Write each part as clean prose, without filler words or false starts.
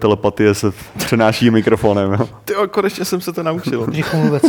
telepatie se přenáší mikrofonem. Jo. Tyjo, konečně jsem se to naučil. Břichomluvec.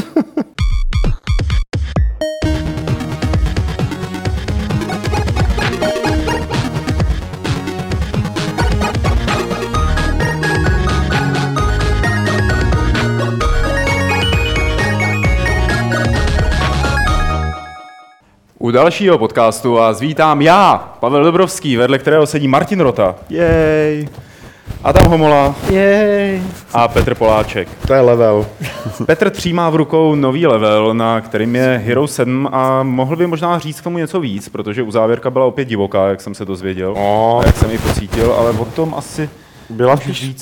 U dalšího podcastu vás vítám já, Pavel Dobrovský, vedle kterého sedí Martin Rota. Jej. Adam Homola. Jej. A Petr Poláček. To je level. Petr třímá v rukou nový level, na kterým je Hero 7 a mohl by možná říct k tomu něco víc, protože uzávěrka byla opět divoká, jak jsem se dozvěděl a jak jsem ji pocítil, ale o tom asi Byla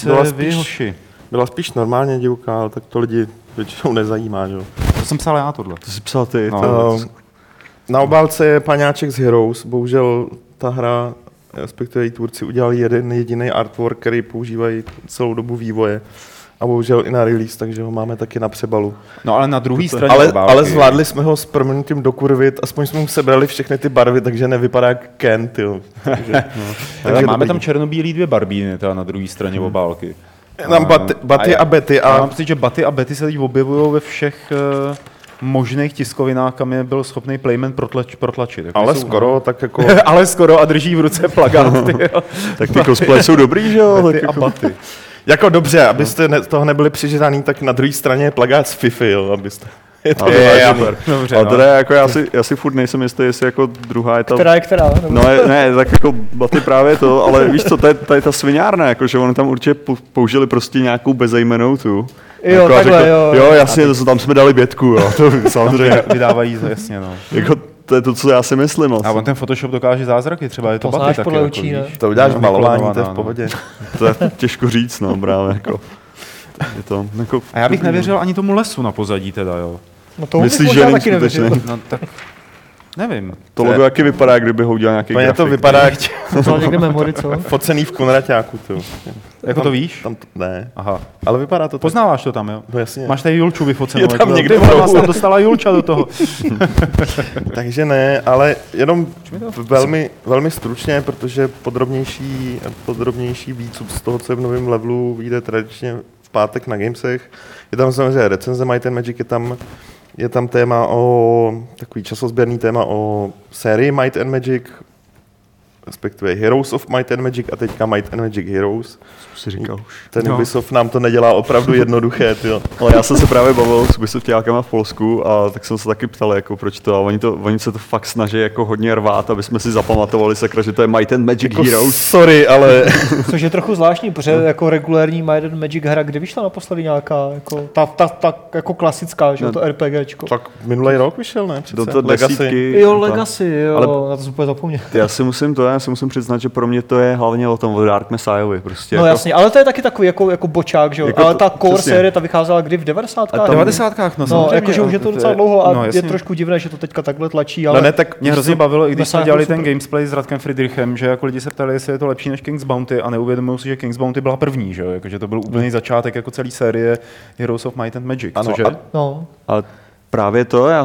spíš normálně divoká, ale tak to lidi většinou nezajímá, že jo. To jsem psal já tohle. To jsi psal ty. Na obálce je paňáček z Heroes, bohužel ta hra, respektive její tvůrci udělali jeden jediný artwork, který používají celou dobu vývoje. A bohužel i na release, takže ho máme taky na přebalu. No ale na druhé straně obálky. Ale zvládli jsme ho s prominutím dokurvit, aspoň jsme mu sebrali všechny ty barvy, takže nevypadá jak Ken, tyjo. Takže máme tam černobílý dvě barbíny na druhé straně obálky. Tam Baty a Betty. Já mám pocit, že Baty a Betty se teď objevují ve všech možných tiskovinách, kam je byl schopný Playman protlačit. Ale skoro, tak jako... Ale skoro a drží v ruce plakát, ty jo. Tak ty cosplay jsou dobrý, že jo? Baty a Baty. Jako dobře, abyste toho nebyli přižraný, tak na druhé straně je plakát z Fifi, jo, abyste... Dobře, ale teda jako já si furt nejsem jistý, jestli jako druhá je ta... Která je která? No ne, tak jako Baty právě to, ale víš co, to je ta sviňárna, jako, že oni tam určitě použili prostě nějakou bezejmenou tu. Jo, jako, takhle, jo, jasně, tam jsme dali 5, jo, to samozřejmě. Vydávají, jasně, no. Jako, to je to, co já si myslím. A on ten Photoshop dokáže zázraky, třeba je to Baty taky. Podle očí, jako, to uděláš v malování, to je v pohodě. To je těžko říct, no, právě, jako. Je to, jako... A já bych nevěřil ani tomu lesu na pozadí teda, jo. No to myslíš, že není skutečný? No tak, nevím. To logo jaký vypadá, kdyby ho udělal nějaký grafik. To vypadá jak to někde memory, co? focený v Konraťáku, tu. Jako to víš? Tam ne. Aha. Ale vypadá to tak. Poznáváš to tam, jo? No jasně. Máš tady Julču vyfocenou. Je tam někde vás tam dostala Julča do toho. Takže ne, ale jenom velmi stručně, protože podrobnější výcup z toho, co je v novém levelu, vyjde tradičně v pátek na Gamesech. Je tam samozřejmě recenze Might and Magic, je tam téma takový časozběrný téma o sérii Might and Magic, respektive Heroes of Might and Magic a teďka Might and Magic Heroes. Si říkal už. Ten Ubisoft nám to nedělá opravdu jednoduché, tyjo. Ale já jsem se právě bavil s Ubisoftákama v Polsku a tak jsem se taky ptal, jako proč to, a oni se to fakt snaží jako hodně rvát, aby jsme si zapamatovali, sakra, že to je Might and Magic jako Heroes. Sorry, ale... Což je trochu zvláštní, protože jako regulérní Might and Magic hra, kdy vyšla naposledy nějaká, jako, ta jako klasická, že to RPGčko. Tak minulý rok vyšel, ne? To Legacy. Jo, Legacy, jo, ale na to jsem úplně zapomněl. Já si musím přiznat, že pro mě to je hlavně o tom Dark Messiahovi, prostě. No jako, jasně, ale to je taky takový jako bočák, že jo? Jako ale ta core přesně. série, ta vycházela kdy v 90kách? V 90kách, no samozřejmě. No, jakože už je to docela dlouho a no, je trošku divné, že to teďka takhle tlačí, ale... No ne, tak mě hrozně bavilo, i když jsme dělali ten super. gameplay s Radkem Friedrichem, že jako lidi se ptali, jestli je to lepší než King's Bounty a neuvědomují si, že King's Bounty byla první, že jo? Jakože to byl úplný začátek jako celý série Heroes of Might and Magic, ano, cože? No. Ale právě to já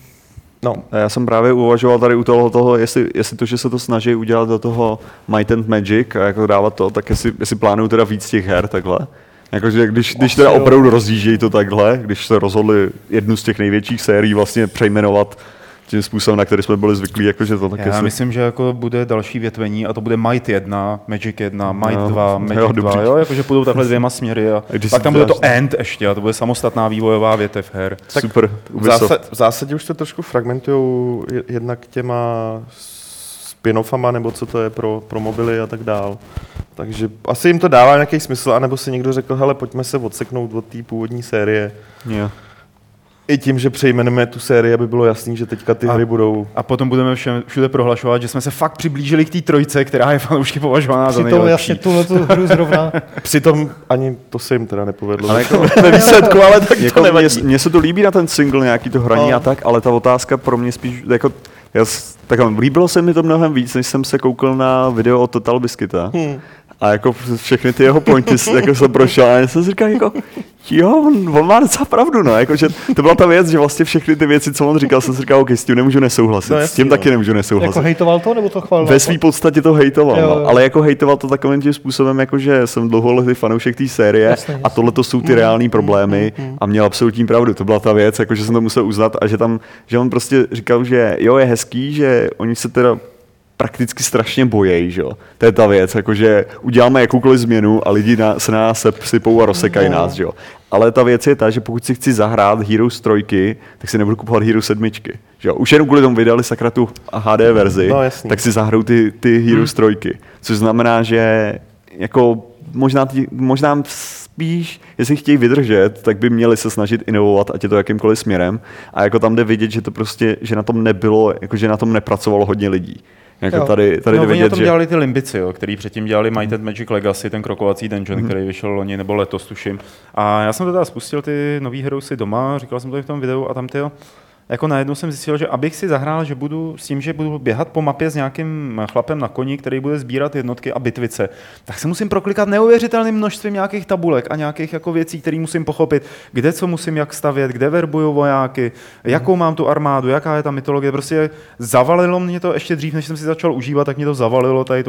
jsem právě uvažoval tady u toho jestli to, že se to snaží udělat do toho Might and Magic a jako dávat to, tak jestli plánuju teda víc těch her takhle. Jakože když teda opravdu rozjíždějí to takhle, když se rozhodli jednu z těch největších sérií vlastně přejmenovat tím způsobem, na který jsme byli zvyklí, jakože to taky. Já myslím, že jako bude další větvení a to bude Might 1, Magic 1, Might 2, Magic 2, jo, jakože půjdou takhle dvěma směry a pak tam bude to End ještě a to bude samostatná vývojová větev her. Tak super. V zásadě už to trošku fragmentujou jednak těma spin-offama, nebo co to je pro mobily a tak dál. Takže asi jim to dává nějaký smysl, anebo si někdo řekl, hele, pojďme se odseknout od té původní série. Yeah. I tím, že přejmenujeme tu sérii, aby bylo jasný, že teďka ty hry budou... A potom budeme všude prohlašovat, že jsme se fakt přiblížili k té trojce, která je fanoušky považovaná za nejlepší. Přitom jasně tuhletu hru zrovna. Přitom ani to se jim teda nepovedlo. Ale jako, ve výsledku, ale tak jako to nevadí. Mně se to líbí na ten single, nějaký to hraní a tak, ale ta otázka pro mě spíš, jako, líbilo se mi to mnohem víc, než jsem se koukal na video od Total Biscuita. A jako všechny ty jeho pointy jako jsem prošel a já jsem si říkal jako, jo, on má docela pravdu, no, jakože to byla ta věc, že vlastně všechny ty věci, co on říkal, jsem si říkal, ok, s tím nemůžu nesouhlasit, no, s tím taky nemůžu nesouhlasit. Jako hejtoval to, nebo to chválil? Ve své podstatě to hejtoval, no, ale jako hejtoval to takovým tím způsobem, jakože jsem dlouholetý fanoušek té série jasně. A tohle to jsou ty reální problémy a měl absolutní pravdu, to byla ta věc, jakože jsem to musel uznat a že on prostě říkal, že jo, je hezký, že oni se teda prakticky strašně bojejí, že jo. To je ta věc, jakože uděláme jakoukoliv změnu a lidi se na nás sypou a rozsekají nás, že jo. Ale ta věc je ta, že pokud si chci zahrát Heroes 3, tak si nebudu kupovat Heroes 7, že jo. Už jenom kvůli tomu vydali sakra tu HD verzi, no, tak si zahraju ty Heroes 3, což znamená, že jako možná spíš, jestli chtějí vydržet, tak by měli se snažit inovovat, ať je to jakýmkoliv směrem. A jako tam jde vidět, že to prostě, že na tom nebylo, jako že na tom nepracovalo hodně lidí. Jako tady no, vidět, oni na tom že... dělali ty Limbici, jo, který předtím dělali Might and Magic Legacy, ten krokovací dungeon, který vyšel loni nebo letos, tuším. A já jsem teda spustil ty nový Heroesy doma, říkal jsem to i v tom videu a tam ty jako najednou jsem zjistil, že abych si zahrál, že budu s tím, že budu běhat po mapě s nějakým chlapem na koni, který bude sbírat jednotky a bitvice, tak se musím proklikat neuvěřitelným množstvím nějakých tabulek a nějakých jako věcí, které musím pochopit, kde co musím jak stavět, kde verbuju vojáky, jakou mám tu armádu, jaká je ta mytologie. Prostě zavalilo mě to ještě dřív, než jsem si začal užívat, tak mě to zavalilo tady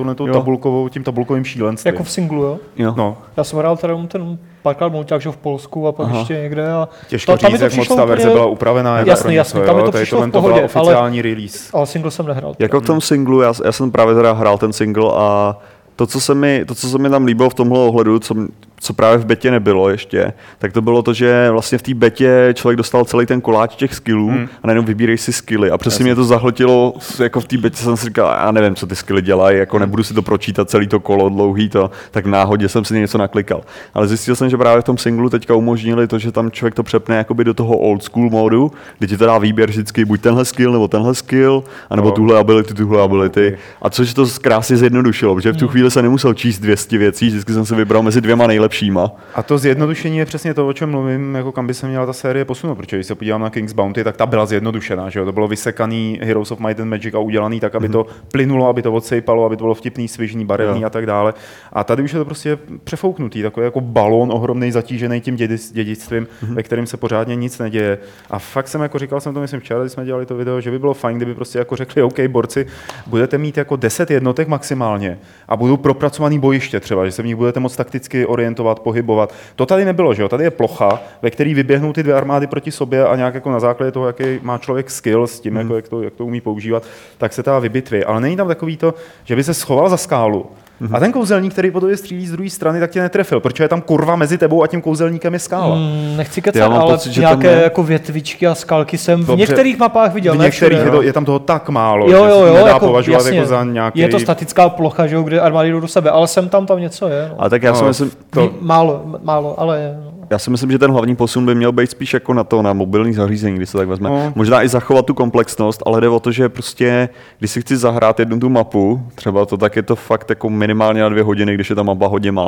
tím tabulkovým šílenstvím. Jako v singlu, jo? No. Já jsem hrál teda ten párkrát Mouťák, že v Polsku a pak ještě někde. A těžko říct, jak moc ta verze byla upravená. Jasně, tam mi to přišlo v pohodě, oficiální release. Ale single jsem nehrál. Jako v tom singlu, já jsem právě teda hrál ten single a to, co se mi tam líbilo v tomhle ohledu, co právě v betě nebylo ještě, tak to bylo to, že vlastně v té betě člověk dostal celý ten koláč těch skillů a najednou vybírej si skilly. A přesně mě to zahltilo, jako v té betě jsem si říkal, já nevím, co ty skilly dělají, jako nebudu si to pročítat celý to kolo dlouhý, tak v náhodě jsem si něco naklikal. Ale zjistil jsem, že právě v tom singlu teďka umožnili to, že tam člověk to přepne jakoby do toho old school modu, kdy ti to dá výběr vždycky buď tenhle skill, anebo tuhle ability. A což to krásně zjednodušilo, protože v tu chvíli se nemusel číst 200 věcí, vždycky jsem se vybral mezi dvěma nejlepšíma. A to zjednodušení je přesně to, o čem mluvím, jako kam by se měla ta série posunout, protože když se podívám na King's Bounty, tak ta byla zjednodušená, že jo? To bylo vysekaný Heroes of Might and Magic a udělaný tak, aby to plynulo, aby to odsejpalo, aby to bylo vtipný, svižný, barevný a tak dále. A tady už je to prostě přefouknutý, takový jako balón ohromnej zatížený tím dědictvím, ve kterém se pořádně nic neděje. A fakt jsem jako říkal jsem to, myslím včera, když jsme dělali to video, že by bylo fajn, kdyby prostě jako řekli, OK, borci, budete mít jako 10 jednotek maximálně a budou propracovaný bojiště třeba, že se v nich budete moc takticky orientovat, pohybovat. To tady nebylo, že jo? Tady je plocha, ve které vyběhnou ty dvě armády proti sobě a nějak jako na základě toho, jaký má člověk skill s tím, jako jak to umí používat, tak se ta vybitví. Ale není tam takový to, že by se schoval za skálu. A ten kouzelník, který po tobě střílí z druhé strany, tak tě netrefil, protože je tam kurva mezi tebou a tím kouzelníkem je skála. Nechci kecat, ale pocit, nějaké jako větvičky a skalky jsem v některých mapách viděl. V některých je tam toho tak málo, že se nedá jako, považovat jasně, jako za nějaký... Je to statická plocha, že, kde armády jdou do sebe, ale tam něco je. No. A tak já si myslím... Málo, ale je. No. Já si myslím, že ten hlavní posun by měl být spíš jako na mobilní zařízení, když se tak vezme. Možná i zachovat tu komplexnost, ale jde o to, že prostě, když si chci zahrát jednu tu mapu, třeba to, tak je to fakt jako minimálně na 2 hodiny, když je ta mapa hodně malá.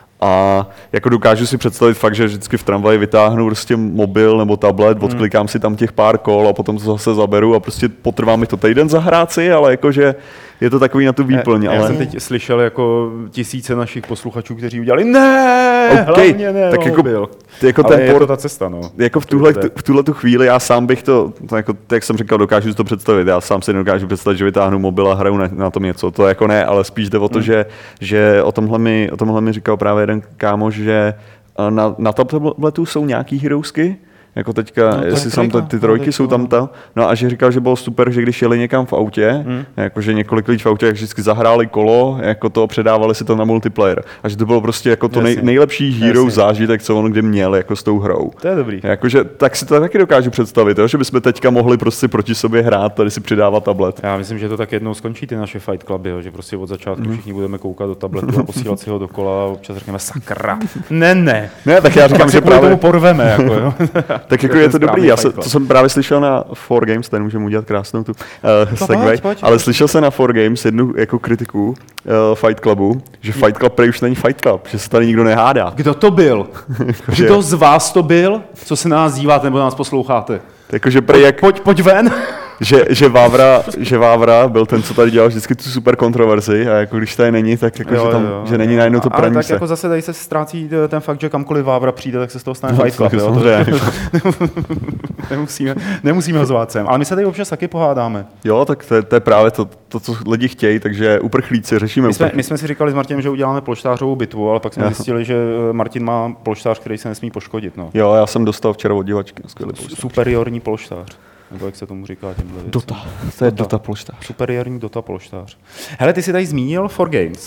A jako dokážu si představit fakt, že vždycky v tramvaji vytáhnu prostě mobil nebo tablet, odklikám si tam těch pár kol a potom to zase zaberu a prostě potrvá mi to týden zahrát si, ale jakože je to takový na tu výplň. Já jsem teď slyšel jako tisíce našich posluchačů, kteří udělali hlavně ne, tak jako ten je to ta cesta, no. Jako v tuhle tu chvíli já sám bych to jako, jak jsem říkal, dokážu si to představit. Já sám si nedokážu představit, že vytáhnu mobil a hraju na tom něco. To jako ne, ale spíš jde o to, že o tomhle mi říkal právě jeden kámoš, že na tabletu jsou nějaký heroesky, jako teďka, jestli jsou ty trojky, jsou tam ta. No a že říkal, že bylo super, že když jeli někam v autě, jakože několik lidí v autě, jak vždycky zahráli kolo, jako to předávali si to na multiplayer. A že to bylo prostě jako to nejlepší hero zážitek, co on kdy měl jako s tou hrou. To je dobrý. Jakože tak si to taky dokážu představit, jo? Že bychom teďka mohli prostě proti sobě hrát, tady si přidávat tablet. Já myslím, že to tak jednou skončí ty naše fight cluby, jo? Že prostě od začátku všichni budeme koukat do tabletu a posílat si ho dokola a občas řekneme sakra. Ne, tak já říkám, že právě tomu porveme, jako jo. Tak jako je to dobrý, to jsem právě slyšel na 4Games, tady můžeme udělat krásnou tu segway, ale slyšel jsem na 4Games jednu jako kritiku Fight Clubu, že Fight Club prej už není Fight Club, že se tady nikdo nehádá. Kdo to byl? Kdo z vás to byl? Co se na nás díváte nebo nás posloucháte? Jakože pojď ven. že Vávra byl ten, co tady dělal vždycky tu super kontroverzi a jako když tady není, tak jako, že není najednou to praní se. Ale tak jako zase tady se ztrácí ten fakt, že kamkoliv Vávra přijde, tak se z toho stane Fight Club. Nemusíme ho zvát sem. Ale my se tady občas taky pohádáme. Jo, tak to je právě to, co lidi chtějí, takže uprchlíci řešíme. My jsme si říkali s Martinem, že uděláme polštářovou bitvu, ale pak jsme zjistili, že Martin má polštář, který se nesmí poškodit. No. Jo, já jsem dostal včera od divačky skvělý polštář. Superiorní polštář. Nebo jak se tomu říká těmhle věcem. Dota. To je Dota polštář. Superiorní Dota polštář. Hele, ty jsi tady zmínil 4Games,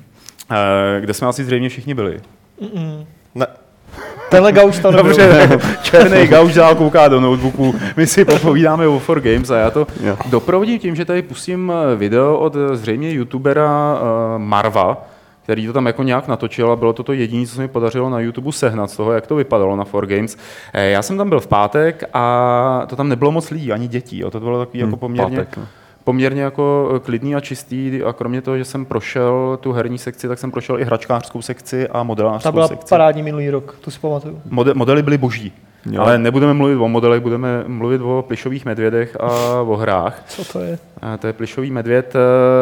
kde jsme asi zřejmě všichni byli. Ne. Tenhle gauč tam nebyl. Dobře, černý gauč dál kouká do notebooku. My si popovídáme o 4Games a já to doprovodím tím, že tady pustím video od zřejmě youtubera Marva, který to tam jako nějak natočil a bylo to jediné, co se mi podařilo na YouTube sehnat z toho, jak to vypadalo na 4Games. Já jsem tam byl v pátek a to tam nebylo moc lidí, ani dětí. Jo. To bylo takový jako poměrně jako klidný a čistý a kromě toho, že jsem prošel tu herní sekci, tak jsem prošel i hračkářskou sekci a modelářskou sekci. Ta byla parádní minulý rok, to si pamatuju. Modely byly boží. Jo. Ale nebudeme mluvit o modelech, budeme mluvit o plyšových medvědech a o hrách. Co to je? To je plyšový medvěd.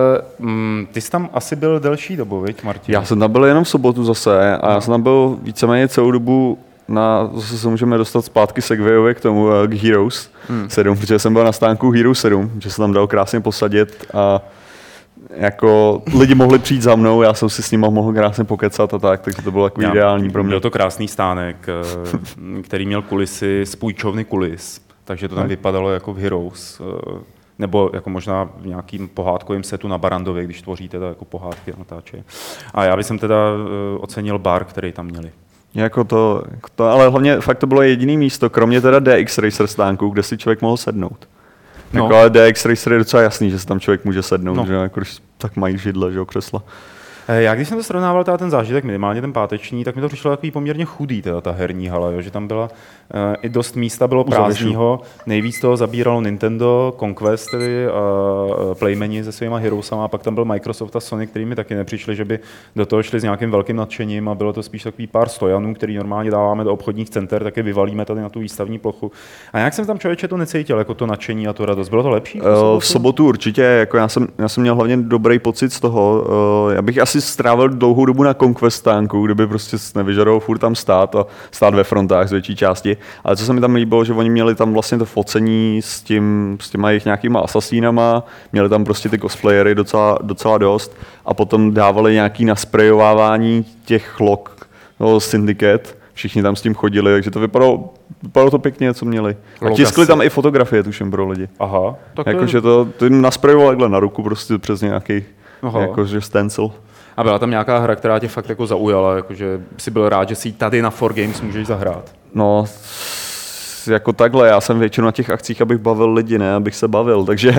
Ty jsi tam asi byl delší dobu, viď, Martin? Já jsem tam byl jenom v sobotu zase a já jsem tam byl víceméně celou dobu zase se můžeme dostat zpátky segwayově k tomu, k Heroes 7, protože jsem byl na stánku Heroes 7, že se tam dal krásně posadit a jako lidi mohli přijít za mnou, já jsem si s nimi mohl krásně pokecat a tak, takže to bylo takový ideální pro mě. Byl to krásný stánek, který měl kulisy z půjčovny kulis, takže to tam vypadalo jako v Heroes. Nebo jako možná v nějakým pohádkovém setu na Barandově, když tvoříte jako pohádky a natáče. A já bych teda ocenil bar, který tam měli. Jako to, ale hlavně fakt to bylo jediné místo, kromě teda DX Racer stánku, kde si člověk mohl sednout. No. Jako, ale DX Racer je docela jasný, že se tam člověk může sednout, že jako, když tak mají židle, že jo, křesla. Já když jsem to srovnával ten zážitek, minimálně ten páteční, tak mi to přišlo takový poměrně chudý, ta herní hala, jo, že tam byla i dost místa bylo prázdného, nejvíc toho zabíralo Nintendo, Conquest tedy a Playmani se svýma Heroesama a pak tam byl Microsoft a Sony, který mi taky nepřišli, že by do toho šli s nějakým velkým nadšením a bylo to spíš takový pár stojanů, který normálně dáváme do obchodních center, taky vyvalíme tady na tu výstavní plochu. A jak jsem tam člověče to necítil, jako to nadšení a to radost, bylo to lepší? V sobotu určitě, jako já jsem měl hlavně dobrý pocit z toho, já bych asi strávil dlouhou dobu na Conquest stánku, kde by prostě nevyžadoval furt tam stát a stát ve frontách z větší části. Ale co se mi tam líbilo, že oni měli tam vlastně to focení s těma jejich nějakýma asasínama, měli tam prostě ty cosplayery docela dost a potom dávali nějaký nasprejovávání těch log, Syndicate, všichni tam s tím chodili, takže to vypadalo to pěkně, co měli. A tiskli tam i fotografie, tuším, pro lidi. Aha. Jakože to jim nasprejovalo takhle na ruku prostě přes nějaký jakože stencil. A byla tam nějaká hra, která tě fakt jako zaujala, jakože jsi byl rád, že si tady na 4Games můžeš zahrát? No, jako takhle, já jsem většinou na těch akcích, abych bavil lidi, ne abych se bavil, takže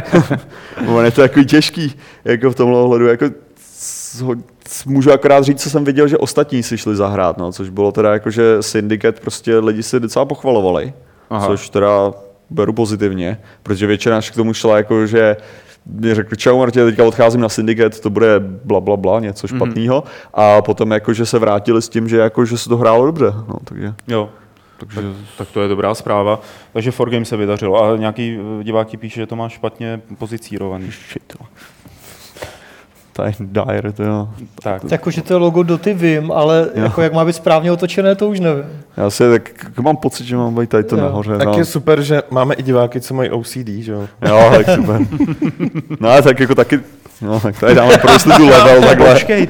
je to takový těžký, jako v tomhle ohledu, jako můžu akorát říct, co jsem viděl, že ostatní si šli zahrát, no, což bylo teda jako, že Syndicate prostě lidi si docela pochvalovali, což teda beru pozitivně, protože většina až k tomu šla jako, že mě řekl, čau Martě, teďka odcházím na Syndicate, to bude blablabla, něco špatného. A potom jako, že se vrátili s tím, že, jako, že se to hrálo dobře. No, takže. Jo. Tak to je dobrá zpráva. Takže 4Games se vydařilo. A nějaký divák ti píše, že to má špatně pozicírovaný. Shit. Dire, to jo. Tak. Jakože to logo Doty vím, ale jako jak má být správně otočené, to už nevím. Já si tak mám pocit, že mám být tady to nahoře. Tak je super, že máme i diváky, co mají OCD, že jo? Jo, tak super. No tak jako taky, no tak tady dáme prostě tu level takhle. Počkej.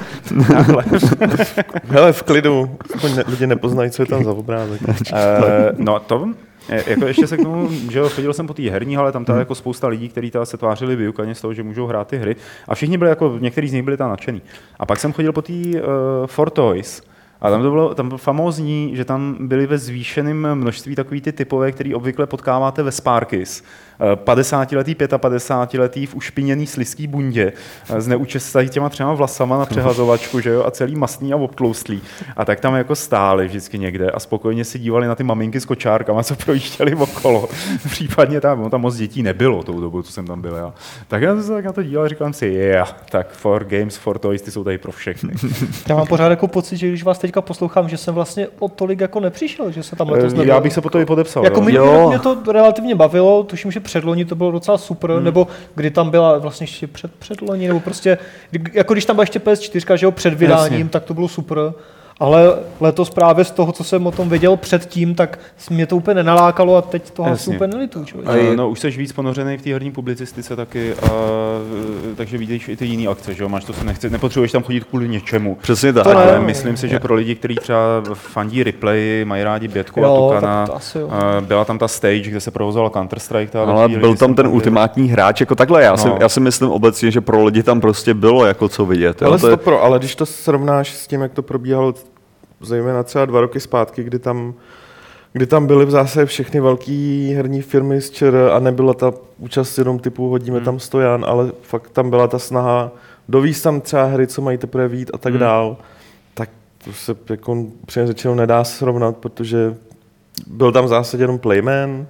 Hele, v klidu, lidi nepoznají, co je tam za obrázek. No to jako ještě se k tomu, že chodil jsem po té herní hale, tam jako spousta lidí, kteří se tvářili vyukaně z toho, že můžou hrát ty hry a všichni byli jako, některý z nich byli tam nadšený. A pak jsem chodil po té 4Toys a tam bylo famózní, že tam byly ve zvýšeném množství takový ty typové, který obvykle potkáváte ve Sparkis. 50letý, 55letý v ušpiněný slizký bundě s neučesají těma 3 vlasama na přehazovačku, že jo, a celý mastný a obtloustlý. A tak tam jako stáli vždycky někde a spokojně si dívali na ty maminky s kočárkama, co projížděli okolo. Případně tam moc dětí nebylo tou dobu, co jsem tam byl já. Tak já jsem se tak na to díval a říkám si, tak 4Games, 4Toys, ty jsou tady pro všechny. Já mám pořád jako pocit, že když vás teď teďka poslouchám, že jsem vlastně o tolik jako nepřišel, že se tam letos nebyl. Já bych se po to i podepsal. Jako mě to relativně bavilo, tuším, že předloni to bylo docela super, nebo kdy tam byla vlastně ještě předloni, nebo prostě, jako když tam byla ještě PS4, že jo, před vydáním, tak to bylo super. Ale letos právě z toho, co jsem o tom věděl předtím, tak mě to úplně nenalákalo a teď toho úplně nelituju. No už jsi víc ponořený v té herní publicistice taky, takže vidíš i ty jiné akce, že jo? Máš to, nepotřebuješ tam chodit kvůli něčemu. Přesně tak. Ale myslím si, že pro lidi, kteří třeba fandí Replay, mají rádi Bětku a Tukana, byla tam ta stage, kde se provozoval Counter-Strike. Ale byl tam ten ultimátní hráč, jako takhle. Já si myslím obecně, že pro lidi tam prostě bylo jako co vidět. Ale když to srovnáš s tím, jak to probíhalo zejména třeba 2 roky zpátky, kdy tam byly v zásadě všechny velké herní firmy z ČR a nebyla ta účast jenom typu hodíme tam stojan, ale fakt tam byla ta snaha dovízt tam třeba hry, co mají teprve vít a tak dál, tak to se jako přesně řečeno nedá srovnat, protože byl tam v zásadě jenom Playman,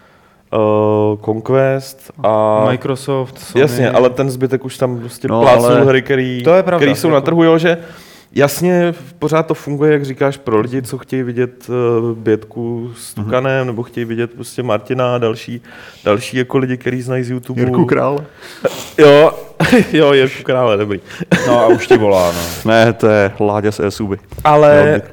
Conquest a Microsoft, Sony. Jasně, ale ten zbytek už tam prostě plácnul hry, který jsou na trhu, jo, že jasně, pořád to funguje, jak říkáš, pro lidi, co chtějí vidět Bětku s Tukanem, nebo chtějí vidět prostě Martina a další jako lidi, kteří znají z YouTube. Jirku Král. Jo, Jirku Král, dobrý. No a už ti volá, no. Ne, to je Láďa z e-suby. Ale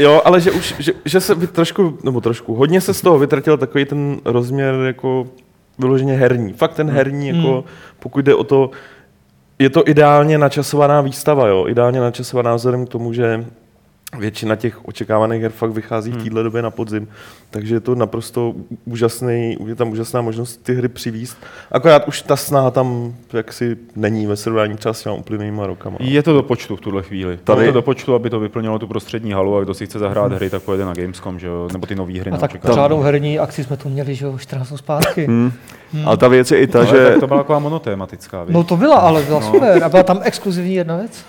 že se trošku, hodně se z toho vytratil takový ten rozměr jako vyloženě herní. Fakt ten herní, jako pokud jde o to, je to ideálně načasovaná výstava, jo? Ideálně načasovaná vzhledem k tomu, že většina těch očekávaných her fakt vychází v této době na podzim. Takže je to naprosto je tam úžasná možnost ty hry přivízt. Akorát už ta snaha tam jaksi není ve srovnání třeba s těma uplynulýma rokama. Je to do počtu v tuhle chvíli. Tady je to do počtu, aby to vyplnilo tu prostřední halu a kdo si chce zahrát hry, tak pojede na Gamescom, že jo? Nebo ty nový hry. A tak pořádnou herní akci jsme tu měli, že jo, 14 zpátky. Ale ta věc je i ta, ale že... to byla taková monotématická věc. No to byla, ale byla super. A byla tam exkluzivní jedna věc,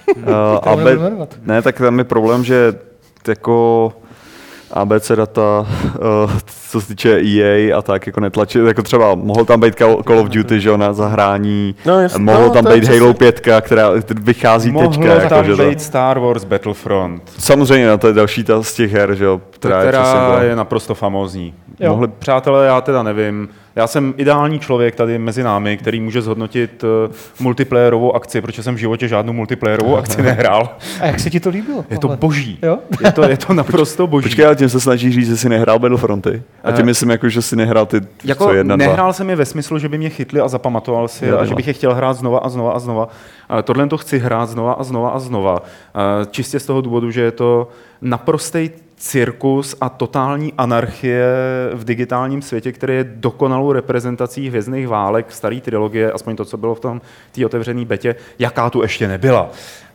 Ne, tak tam je problém, že jako ABC data, co se týče EA a tak, jako netlačit, jako třeba mohl tam být Call of Duty, že jo, na zahrání, mohl tam být Halo 5, která vychází teďka. Mohl tam být Star Wars Battlefront. Samozřejmě, to je další ta z těch her, že jo, která je naprosto famózní. Mohli, přátelé, já teda nevím, já jsem ideální člověk tady mezi námi, který může zhodnotit multiplayerovou akci, protože jsem v životě žádnou multiplayerovou akci nehrál. A jak se ti to líbilo? Je to boží. Jo? Je to naprosto boží. Počkej, ale tím se snažíš říct, že jsi nehrál Battlefronty. A tím myslím, jako, že jsi nehrál ty jako co 1, 2. Nehrál jsem je ve smyslu, že by mě chytli a zapamatoval si a že bych je chtěl hrát znova a znova a znova. Tohle to chci hrát znova a znova a znova. Čistě z toho důvodu, že je to naprostý cirkus a totální anarchie v digitálním světě, který je dokonalou reprezentací Hvězdných válek, staré trilogie, aspoň to, co bylo v tom té otevřené betě, jaká tu ještě nebyla.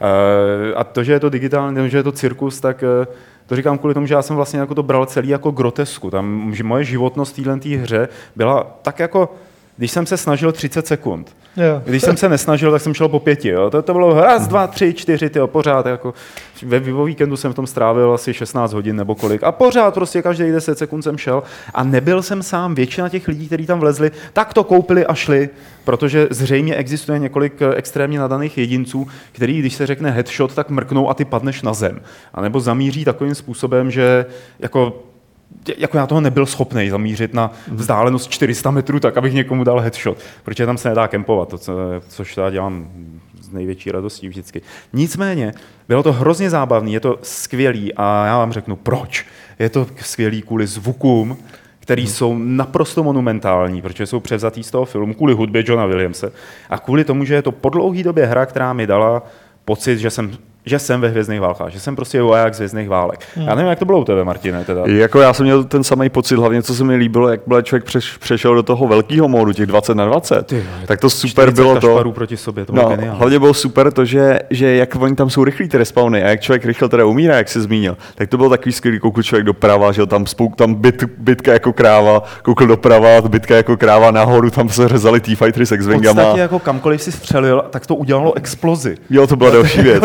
A to, že je to digitální, že je to cirkus, tak to říkám kvůli tomu, že já jsem vlastně jako to bral celý jako grotesku. Tam, že moje životnost v této hře byla tak jako, když jsem se snažil 30 sekund. Jo. Když jsem se nesnažil, tak jsem šel po 5. Jo. To bylo raz, 2, 3, 4, pořád. Jako, ve víkendu jsem v tom strávil asi 16 hodin nebo kolik. A pořád prostě každý 10 sekund jsem šel. A nebyl jsem sám. Většina těch lidí, kteří tam vlezli, tak to koupili a šli. Protože zřejmě existuje několik extrémně nadaných jedinců, který, když se řekne headshot, tak mrknou a ty padneš na zem. A nebo zamíří takovým způsobem, že jako já toho nebyl schopný zamířit na vzdálenost 400 metrů, tak abych někomu dal headshot, protože tam se nedá kempovat, což já dělám s největší radostí vždycky. Nicméně, bylo to hrozně zábavný, je to skvělý a já vám řeknu proč. Je to skvělý kvůli zvukům, který jsou naprosto monumentální, protože jsou převzatý z toho filmu, kvůli hudbě Johna Williamse a kvůli tomu, že je to po dlouhý době hra, která mi dala pocit, že jsem ve Hvězdných válkách, že jsem prostě voják z Hvězdných válek. Já nevím, jak to bylo u tebe, Martine. Teda. Jako já jsem měl ten samý pocit, hlavně co se mi líbilo, jak byl člověk přešel do toho velkého módu, těch 20x20. Tak to super bylo to. Proti sobě, to bylo geniální. Hlavně bylo super to, že jak oni tam jsou rychlí ty respawny a jak člověk rychle teda umírá, jak jsi zmínil, tak to bylo takový skvělý, koukl člověk doprava, že tam bitka jako kráva, koukl doprava, bitka jako kráva nahoru, tam se řezali T-Fightery s X-Wingama. V podstatě jako kamkoliv si střelil, tak to udělalo explozi. Jo, to byla další věc.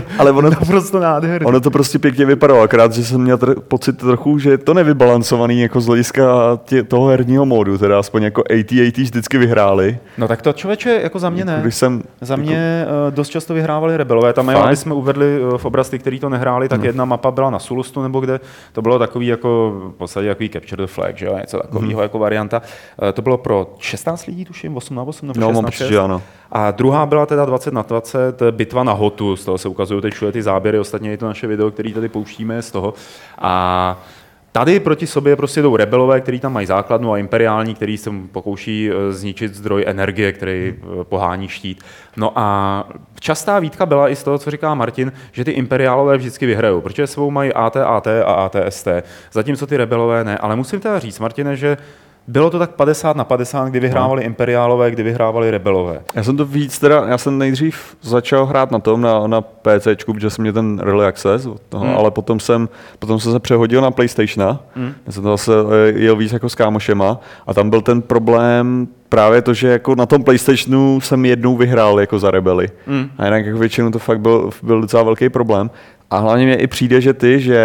Ale ono to prostě nádherný. Ono to prostě pěkně vypadalo, akorát, že jsem měl pocit trochu, že je to nevybalancovaný jako z hlediska toho herního módu, teda aspoň jako AT&T vždycky vyhráli. No tak to člověče jako za mě ne. Za mě jako... dost často vyhrávali rebelové. Tam aby jsme uvedli v obraz ty, kteří to nehráli, tak jedna mapa byla na Sulustu, nebo kde to bylo takový jako v podstatě takový Capture the Flag, že jo, něco takového jako varianta. To bylo pro 16 lidí, tuším, 8x8 nebo 6x6. Ano. A druhá byla teda 20x20, bitva na Hotu, z toho se ukazují teď všude ty záběry, ostatně je to naše video, který tady pouštíme z toho. A tady proti sobě prostě jdou rebelové, kteří tam mají základnu, a imperiální, který se pokouší zničit zdroj energie, který pohání štít. No a častá výtka byla i z toho, co říká Martin, že ty imperiálové vždycky vyhrajou, protože svou mají AT-AT a AT-ST, zatímco ty rebelové ne. Ale musím teda říct, Martine, že bylo to tak 50/50, kdy vyhrávali imperiálové, kdy vyhrávali rebelové. Já jsem nejdřív začal hrát na tom, na PCčku, protože jsem měl ten Early Access, ale potom jsem se přehodil na PlayStationa. Já jsem to zase jel víc jako s kámošema a tam byl ten problém právě to, že jako na tom PlayStationu jsem jednou vyhrál jako za rebely. A jinak jako většinou to fakt byl docela velký problém. A hlavně mě i přijde, že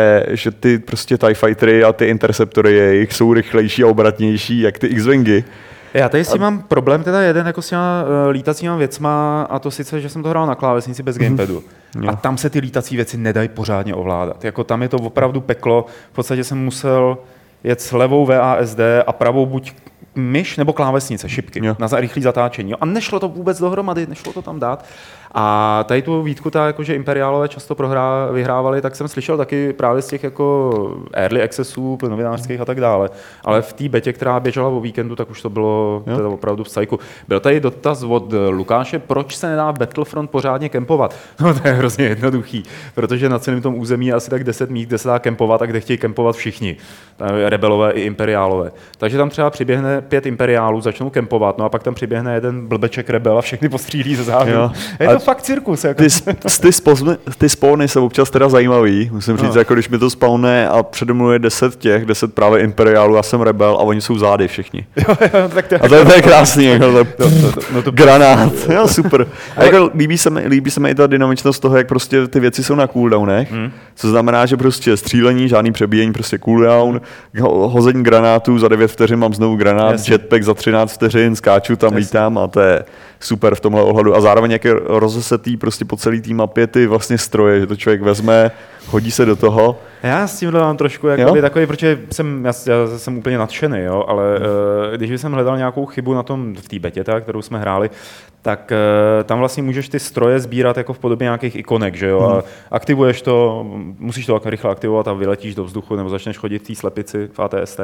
ty prostě TIE Fightery a ty Interceptory jejich jsou rychlejší a obratnější, jak ty X-Wingy. Já tady s tím mám problém teda jeden jako s těma lítacíma věcma, a to sice, že jsem to hrál na klávesnici bez gamepadu. A tam se ty lítací věci nedají pořádně ovládat. Jako tam je to opravdu peklo. V podstatě jsem musel jet s levou VASD a pravou buď myš nebo klávesnice, šipky na rychlé zatáčení. A nešlo to vůbec dohromady, nešlo to tam dát. A tady tu výtku, jakože imperiálové často vyhrávali, tak jsem slyšel taky právě z těch jako early accessů, novinářských a tak dále. Ale v té betě, která běžela o víkendu, tak už to bylo teda opravdu v psychu. Byl tady dotaz od Lukáše, proč se nedá Battlefront pořádně kempovat? No to je hrozně jednoduchý, protože na celém tom území je asi tak 10 míst, kde se dá kempovat a kde chtějí kempovat všichni. Rebelové i imperiálové. Takže tam třeba přiběhne 5 imperiálů, začnou kempovat, no a pak tam přiběhne jeden blbeček rebel a všechny postřílí ze zádu. Je to fakt cirkus. Jako. Ty spawny jsou občas teda zajímavý, musím říct, jako když mi to spawne a přede mnou je 10 právě imperiálů, já jsem rebel a oni jsou zády všichni. A to je krásný, jako granát, jo, super. A jako líbí se mi i ta dynamičnost toho, jak prostě ty věci jsou na cooldownech, co znamená, že prostě střílení, žádný přebíjení, prostě cooldown, hození granátů, za 9 vteřin mám znovu granát, jetpack za 13 vteřin, skáču tam, lítám a to je super v tomhle ohledu. A zároveň jak je rozesetý prostě po celý té mapě ty vlastně stroje, že to člověk vezme, hodí se do toho. Já s tímhle mám trošku takový, protože já jsem úplně nadšený, jo, ale když jsem hledal nějakou chybu na tom v té betě, kterou jsme hráli, tak tam vlastně můžeš ty stroje sbírat jako v podobě nějakých ikonek, že jo, a aktivuješ to, musíš to rychle aktivovat a vyletíš do vzduchu nebo začneš chodit v té slepici v AT-ST.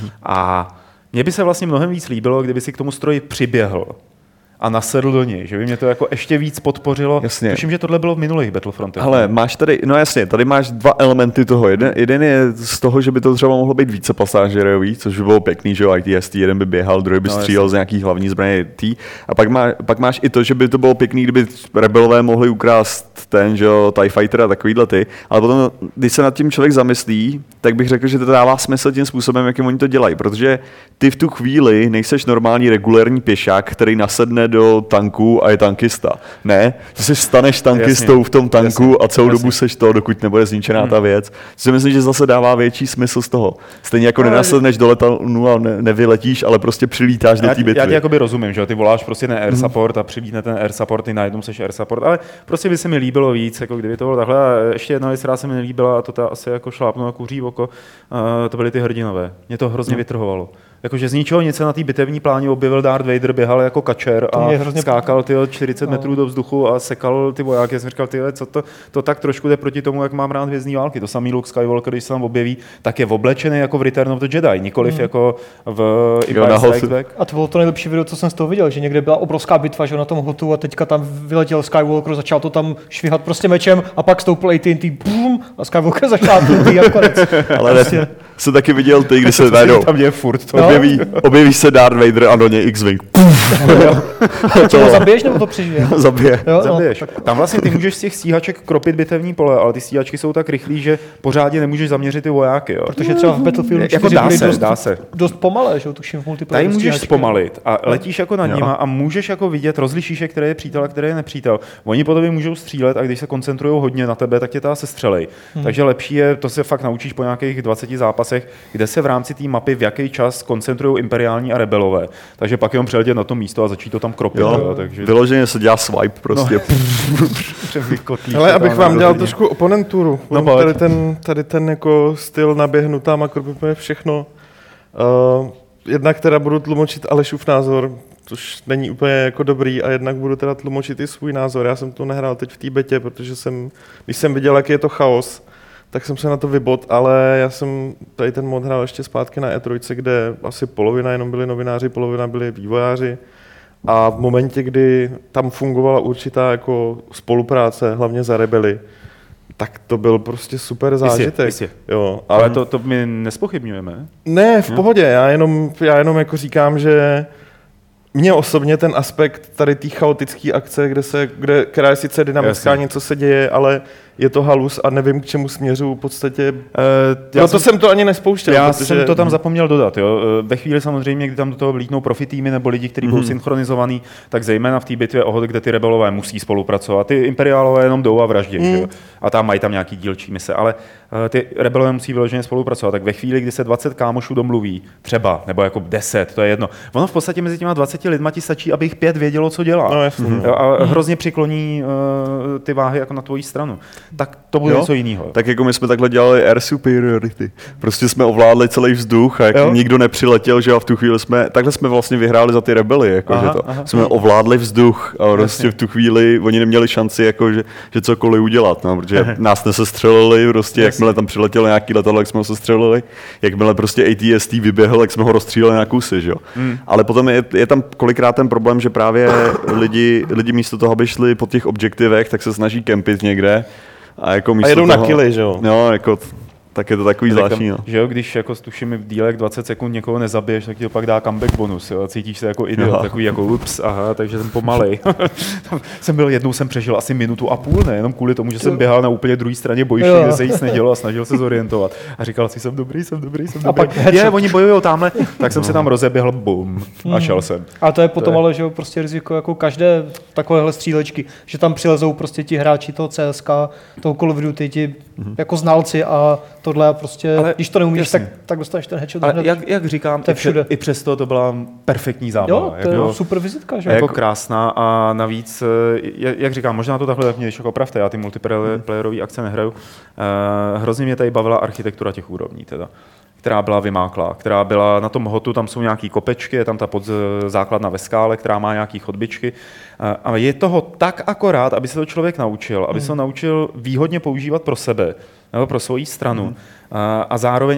A mně by se vlastně mnohem víc líbilo, kdyby si k tomu stroji přiběhl a nasedl do něj, že by mě to jako ještě víc podpořilo. Jasně. Tuším, že tohle bylo v minulých Battlefrontech. Ale máš tady, no jasně, tady máš dva elementy toho. Jeden je z toho, že by to třeba mohlo být více pasážerový, což by bylo pěkný, že jo, ITST, jeden by běhal, druhý by střílel z nějakých hlavní zbraně T. A pak máš i to, že by to bylo pěkný, kdyby rebelové mohli ukrást ten, že jo, TIE Fighter a takovýhle ty. Ale potom, když se nad tím člověk zamyslí, tak bych řekl, že to dává smysl tím způsobem, jakým oni to dělají, protože ty v tu chvíli nejseš normální regulérní pěšák, který nasedne do tanku a je tankista. Ne, ty se staneš tankistou v tom tanku a celou dobu seš to, dokud nebude zničená ta věc. To si myslím, že zase dává větší smysl z toho. Stejně jako nenasedneš do letadlu a nevyletíš, ale prostě přilítáš do té bitvy. Já ti jakoby rozumím, že ty voláš prostě na air support a přilítne ten air support, ty najednou seš air support, ale prostě by se mi líbilo víc, jako kdyby to bylo takhle. A ještě jedna věc, která se mi nelíbila, a to ta asi jako šlápnu na kuří oko, to byly ty hrdinové. Mě to hrozně vytrhovalo. Jakože z ničeho nic se na té bitevní pláně objevil Darth Vader, běhal jako kačer a skákal 40 metrů do vzduchu a sekal ty vojáky. Já jsem říkal, co to tak trošku jde proti tomu, jak mám rád Hvězdní války. To samý Luke Skywalker, když se tam objeví, tak je oblečený jako v Return of the Jedi, nikoliv jako v Empire Strikes Back. A to bylo to nejlepší video, co jsem z toho viděl, že někde byla obrovská bitva, že na tom Hotu a teďka tam vyletěl Skywalker, začal to tam švihat prostě mečem a pak stoupil AT&T, bum, a Skywalker začal AT&T a konec. Ale Jsem taky viděl ty, kdy se najednou tam děje furt. To objeví se Darth Vader a do něj X-Wing. To zabiješ nebo to přežije? Zabije. Jo, Zabiješ. no, Tam vlastně ty můžeš z těch stíhaček kropit bitevní pole, ale ty stíhačky jsou tak rychlí, že pořádně nemůžeš zaměřit ty vojáky. Jo. Protože třeba v Battlefieldu 4 jako dá se. dost pomalé, že jo, tuším v multiplayeru. Tady můžeš stíhačky. zpomalit a letíš jako nad nima a můžeš jako vidět, rozlišíš, který je přítel a který je nepřítel. Oni po tobě můžou střílet a když se koncentrují hodně na tebe, tak tě ta sestřelej. Takže lepší je, to se fakt naučíš po nějakých 20 zápasech, kde se v rámci té mapy v jaký čas koncentrují imperiální a rebelové. Takže pak jenom přiletět na to místo a začít to tam kropit. Takže... Vyloženě se dělá swipe prostě. Ale abych vám dělal trošku oponenturu. Tady ten jako styl naběhnutá a kropíme všechno. Jednak teda budu tlumočit Alešův názor, což není úplně jako dobrý, a jednak budu teda tlumočit i svůj názor. Já jsem to nehrál teď v té betě, protože když jsem viděl, jaký je to chaos, tak jsem se na to vybod, ale já jsem tady ten mod hrál ještě zpátky na E3, kde asi polovina jenom byli novináři, polovina byli vývojáři. A v momentě, kdy tam fungovala určitá jako spolupráce, hlavně za rebely, tak to byl prostě super zážitek. Jistě. Jo, ale to my nespochybňujeme. Ne, v pohodě, já jenom jako říkám, že mně osobně ten aspekt tady té chaotické akce, která je sice dynamická, něco se děje, ale je to halus a nevím, k čemu směřu v podstatě. Jsem to ani nespouštěl. Já jsem to tam zapomněl dodat. Jo. Ve chvíli samozřejmě, kdy tam do toho vlítnou profi týmy nebo lidi, kteří budou synchronizovaný, tak zejména v té bitvě kde ty rebelové musí spolupracovat. Ty imperiálové jenom jdou a vraždí. Jo. A tam mají tam nějaký dílčí mise, ale ty rebelové musí vyloženě spolupracovat. Tak ve chvíli, kdy se 20 kámošů domluví, třeba, nebo jako 10, to je jedno. Ono v podstatě mezi těma 20 lidma ti stačí, aby jich 5 vědělo, co dělá. No, a hrozně přikloní ty váhy jako na tvoji stranu. Tak to bude něco jiného. Tak jako my jsme takhle dělali air superiority. Prostě jsme ovládli celý vzduch a jak nikdo nepřiletěl, že a v tu chvíli takhle jsme vlastně vyhráli za ty rebely, jako jsme ovládli vzduch a prostě v tu chvíli oni neměli šanci jako že cokoliv udělat, no, protože nás nesestřelili, prostě jakmile tam přiletělo nějaký letadlo, jak jsme ho sestřelili, jakmile prostě AT-ST vyběhl, jak jsme ho rozstříleli na kusy, že jo. Ale potom je tam kolikrát ten problém, že právě lidi místo toho, aby šli po těch objektivech, tak se snaží kempit někde. A jedou na killy, že jo? No, jako, tak je to takový zvláštní. No. Že jo, když jako tuším v dílek 20 sekund někoho nezabiješ, tak ti to pak dá comeback bonus, jo? Cítíš se jako idiot, takový jako ups, takže jsem pomalej. Jednou jsem přežil asi 1,5 minuty, ne, jenom kvůli tomu, že jsem běhal na úplně druhé straně bojiště, kde se nic nedělo a snažil se zorientovat. A říkal si, jsem dobrý. A pak oni bojujou tamhle, tak jsem se tam rozeběhl, bum, a šel jsem. A to je potom ale, že prostě riziko jako každé takovéhle střílečky, že tam přilezou prostě ti hráči toho CSK, toho Call of Duty, ti jako znalci a tohle a prostě, ale když to neumíš, tak dostaneš ten headshot. Ale jak říkám, i přesto to byla perfektní zábava. Jo, to je super vizitka. Že? Jako krásná a navíc, jak říkám, možná to takhle tak mě ještě opravte, já ty multiplayerové akce nehraju. Hrozně mě tady bavila architektura těch úrovní teda, která byla vymáklá, která byla na tom hotu, tam jsou nějaký kopečky, je tam ta základna ve skále, která má nějaký chodbičky. A je toho tak akorát, aby se to člověk naučil, aby se to naučil výhodně používat pro sebe, nebo pro svoji stranu. A zároveň,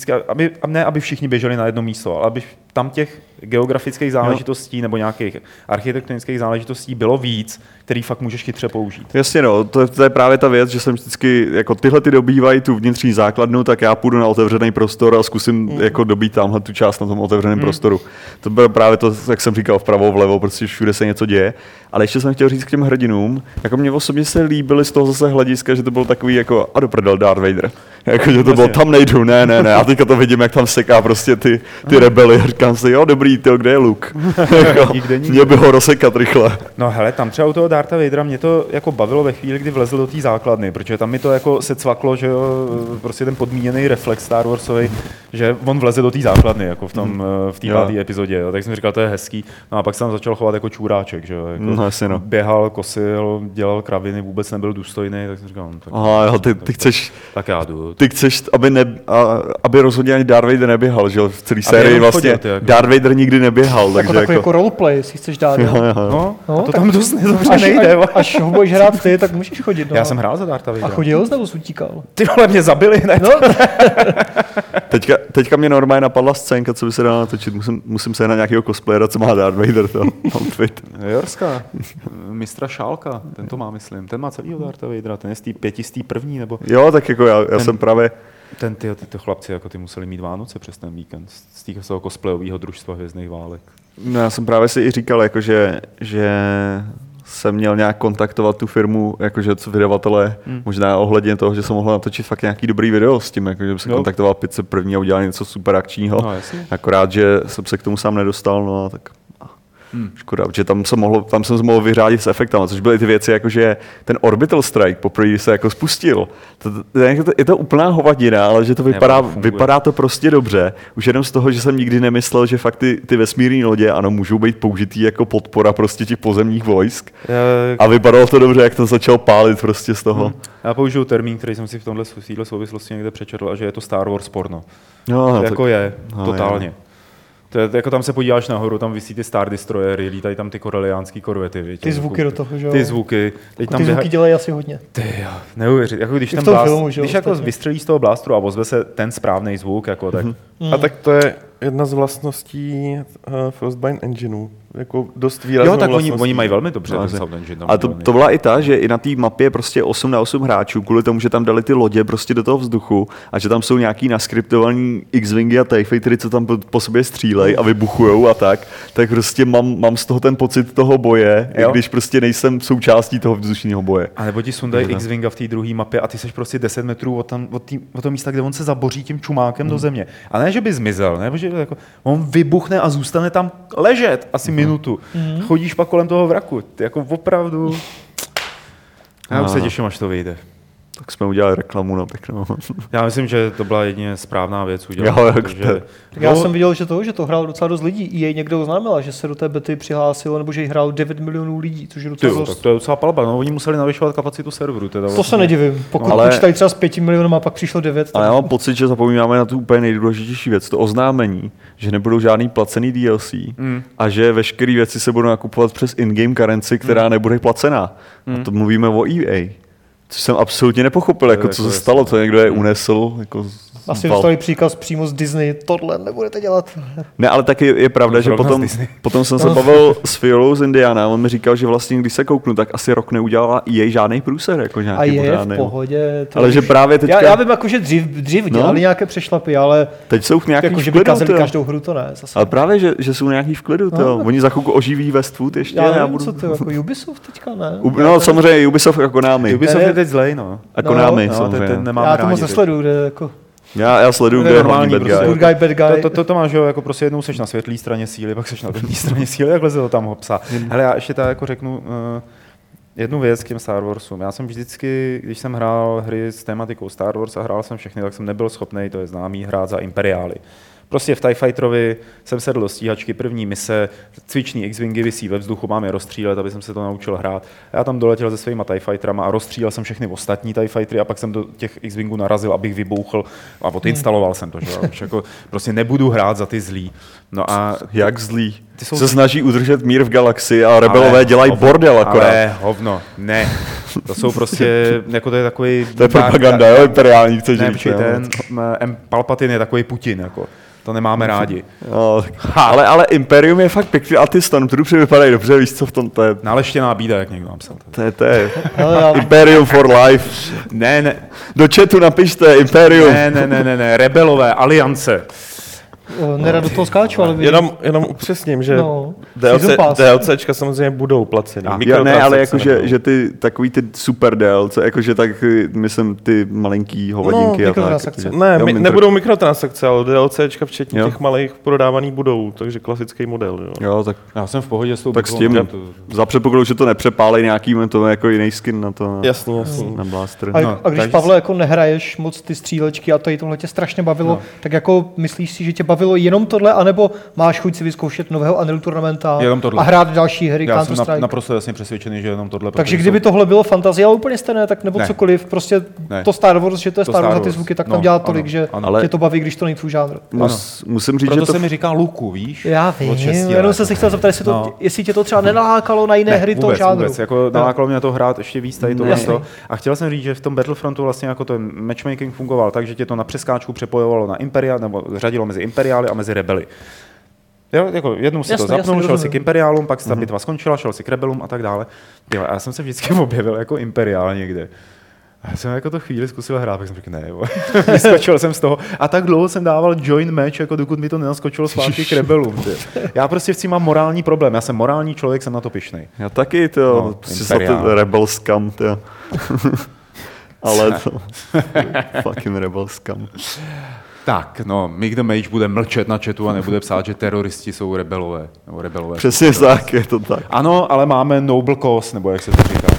aby všichni běželi na jedno místo, ale aby tam těch geografických záležitostí nebo nějakých architektonických záležitostí bylo víc, který fakt můžeš chytře použít. Jasně, no, to je právě ta věc, že jsem vždycky, jako tyhle ty dobývají tu vnitřní základnu, tak já půjdu na otevřený prostor a zkusím jako dobít tamhle tu část na tom otevřeném prostoru. To bylo právě to, jak jsem říkal, vpravo, vlevo, prostě všude se něco děje. Ale ještě jsem chtěl říct k těm hrdinům, jako mě osobně se líbily z toho zase hlediska, že to byl takový jako a do prdel Darth Vader. Jako, že to bylo tam nejdu, ne. A teďka to vidím, jak tam seká prostě ty rebely. Říkám si, jo, dobrý, kde je Luke? Jako, mě by ho rozsekat rychle. No hele, tam třeba u toho Dartha Vadera mě to jako bavilo ve chvíli, kdy vlezl do té základny, protože tam mi to jako se cvaklo, že jo, prostě ten podmíněný reflex Star Warsový, že on vleze do té základny, jako v té páté epizodě, jo. Tak jsem říkal, to je hezký. No a pak jsem začal chovat jako čůráček, že jo. Jako běhal, kosil, dělal kraviny, vůbec nebyl důstojný, tak jsem říkal, no, tak, aha, jo, ty chceš, tak já jdu. Ty chceš, aby rozhodně ani Darth Vader neběhal, že jo, v celé sérii vlastně chodit, jako. Darth Vader nikdy neběhal, takže jako roleplay si chceš dát. No, to tam dost dobře nejde. Až ho budeš hrát ty, tak můžeš chodit. No. Já jsem hrál za Dartha Vadera. A chodil jsi nebo jsi utíkal? Ty vole, mě zabili hned. No. Teďka mě normálně napadla scénka, co by se dala natočit. Musím se na nějakého cosplayera, co má Darth Vader, to outfit. Jorska, mistra Šálka, ten to má, myslím. Ten má celýho Dartha Vadera, ten je z té 501. nebo... Jo, tak jako já jsem právě... Ty chlapci, jako ty museli mít Vánoce přes ten víkend z toho cosplayového družstva Hvězdných válek. No já jsem právě si i říkal, jakože, že jsem měl nějak kontaktovat tu firmu, jakože vydavatele, možná ohledně toho, že jsem mohl natočit fakt nějaký dobrý video s tím, jakože jsem kontaktoval Pizze první a udělal něco super akčního. No, akorát, že jsem se k tomu sám nedostal, no a tak škoda, protože tam jsem se mohl vyřádit s efektama, což byly ty věci, jakože ten Orbital Strike poprvé se jako spustil. Je to úplná hovadina, ale že to vypadá to prostě dobře. Už jenom z toho, že jsem nikdy nemyslel, že fakt ty vesmírné lodě, ano, můžou být použitý jako podpora prostě těch pozemních vojsk. A vypadalo to dobře, jak to začal pálit prostě z toho. Já použiju termín, který jsem si v této souvislosti někde přečetl, a že je to Star Wars porno. No, to jako je, totálně. Je. To je, jako tam se podíváš nahoru, tam visí ty Star Destroyery, lítají tam ty koreliánský korvety, víš. Ty zvuky do toho, že jo? Ty zvuky. Ty zvuky dělají asi hodně. Neuvěřit. Jako když ten když jako vystřelíš z toho blástru a ozve se ten správný zvuk, jako tak. A tak to je jedna z vlastností Frostbite engineu. Jako dost výraznou jo, tak vlastností. oni mají velmi dobře ten sound engine. A to byla i ta, že i na té mapě prostě 8 na 8 hráčů, kvůli tomu, že tam dali ty lodě prostě do toho vzduchu a že tam jsou nějaký naskriptovaný X-Wingy a TIE Fightery, co tam po sobě střílejí a vybuchujou a tak prostě mám z toho ten pocit toho boje, i když prostě nejsem součástí toho vzdušného boje. A nebo ti sundají X-Winga v té druhé mapě a ty seš prostě 10 metrů od toho místa, kde on se zaboří tím čumákem do země. A ne, že by zmizel, ne, že jako, on vybuchne a zůstane tam ležet asi minutu. Chodíš pak kolem toho vraku. Jako opravdu. Já už se těším, až to vyjde. Tak jsme udělali reklamu na pěknou. Já myslím, že to byla jedině správná věc udělat. Já jsem viděl, že to hrálo docela dost lidí. EA někdo oznámila, že se do té bety přihlásilo, nebo že jí hrálo 9 milionů lidí, což je docela dost. Tak to je docela palba. No, oni museli navyšovat kapacitu serveru. Teda to se nedivím. Pokud počítají třeba s 5 milionů a pak přišlo 9. Ale já mám pocit, že zapomínáme na tu úplně nejdůležitější věc. To oznámení, že nebudou žádný placený DLC a že veškeré věci se budou nakupovat přes in-game currency, která nebude placená. A to mluvíme o EA. Což jsem absolutně nepochopil, jako co se stalo, to někdo je unesl. Jako asi dostali příkaz přímo z Disney, tohle nebudete dělat. Ne, ale taky je pravda, že potom jsem se bavil s Fiolou z Indiana, on mi říkal, že vlastně, když se kouknu, tak asi rok neudělala EA žádný průser, jako nějaký pořádný. A je v pohodě. Ale že právě teďka... Já vím, jako, že dřív dělali nějaké přešlapy, ale... Teď jsou v nějaký jako, v klidu, že by kazili každou hru, to ne. Zase. Ale právě, že jsou nějaký v klidu, to. Oni za chvilku oživí Westwood ještě. Já nevím, co to jako Ubisoft teďka, ne? No samozřejmě Ubisoft jako Konami. Ubisoft je teď zlej, no. A Konami, samozřejmě. Já to moc nesleduju, kde jako... Já sleduju, kde je hlavní bad guy. Good guy, bad guy. To máš, že jako prostě jednou seš na světlé straně síly, pak seš na temné straně síly, takhle se to tam hopsá. Hele, já ještě tak jako řeknu jednu věc k těm Star Warsům. Já jsem vždycky, když jsem hrál hry s tématikou Star Wars a hrál jsem všechny, tak jsem nebyl schopný, to je známý, hrát za Imperiály. Prostě v TIE Fighterovi jsem sedl do stíhačky, první mise, cviční X-Wingy visí ve vzduchu, mám je rozstřílet, aby jsem se to naučil hrát. Já tam doletěl se svýma TIE Fighterama a rozstřílel jsem všechny ostatní TIE Fightery a pak jsem do těch X-Wingů narazil, abych vybouchl a odinstaloval jsem to, že už jako prostě nebudu hrát za ty zlý. No a jak zlý? Se snaží udržet mír v galaxii a rebelové dělají bordel akorát. Ale hovno, ne. To jsou prostě, jako to je takový... To je propaganda, jo, imperiální, chceš říct. Palpatine je takový Putin, jako. To nemáme rádi. No, ale Imperium je fakt pěkný a ty Stormtroopři vypadají dobře, víš co v tom to je. Naleštěná bída, jak někdo napsal. To je Imperium for life. Ne. Do chatu napište Imperium. Ne, rebelové, aliance. Nerad do toho skáču, ale jenom upřesním, že DLCčka samozřejmě budou placeny. Ne, ale jakože že ty takový ty super DLC, jakože tak myslím ty malinký hovadinky a tak. Ne, nebudou mikrotransakce, ale DLCčka včetně těch malých prodávaných budou, takže klasický model. Jo, tak já jsem v pohodě s tou. Tak s tím, za předpokladu, že to nepřepálej nějakým to jako jiný skin na to. Jasný. Na blaster. A když, Pavle, jako nehraješ tohle ty střílečky a tohle tě strašně bavilo, tak jako myslíš si, že tě bavilo jenom tohle, anebo máš chuť si vyzkoušet nového Unreal Tournamenta a hrát další hry Counter-Strike? Já jsem naprosto jasně přesvědčený, že jenom tohle. Takže kdyby tohle bylo fantazie, ale úplně stejné, tak nebo cokoliv, prostě to Star Wars, že to je Star Wars a ty zvuky, tak tam dělá tolik, že tě to baví, když to není tvůj žánr. Musím říct, proto že se mi říká Luku, víš? Já vím, jenom jsem se chtěl zeptat, jestli tě to třeba nenalákalo na jiné hry toho žánru. Vůbec, jako nalákalo mě to hrát ještě víc tady tohle. A chtěl jsem říct, že v tom Battlefrontu vlastně jako ten matchmaking fungoval tak, že tě to na přeskáčku přepojovalo na Imperia, nebo řadilo mezi Imperiály a mezi rebely. Jo, jako jednou si to zapnul, šel si k Imperiálům, pak ta bitva skončila, šel si k rebelům a tak dále. Jo, a já jsem se vždycky objevil jako Imperiál někde. Já jsem jako to chvíli zkusil hrát, pak jsem řekl, ne, vyskočil jsem z toho. A tak dlouho jsem dával join match, jako dokud mi to nenaskočilo zpátky k rebelům. Já prostě v tím mám morální problém, já jsem morální člověk, jsem na to pyšnej. Já taky, to rebel scam, to. Ale to fucking rebel scam. Tak, no, Mick the Mage bude mlčet na chatu a nebude psát, že teroristi jsou rebelové. Přesně tak, je to tak. Ano, ale máme noble cause, nebo jak se to říká.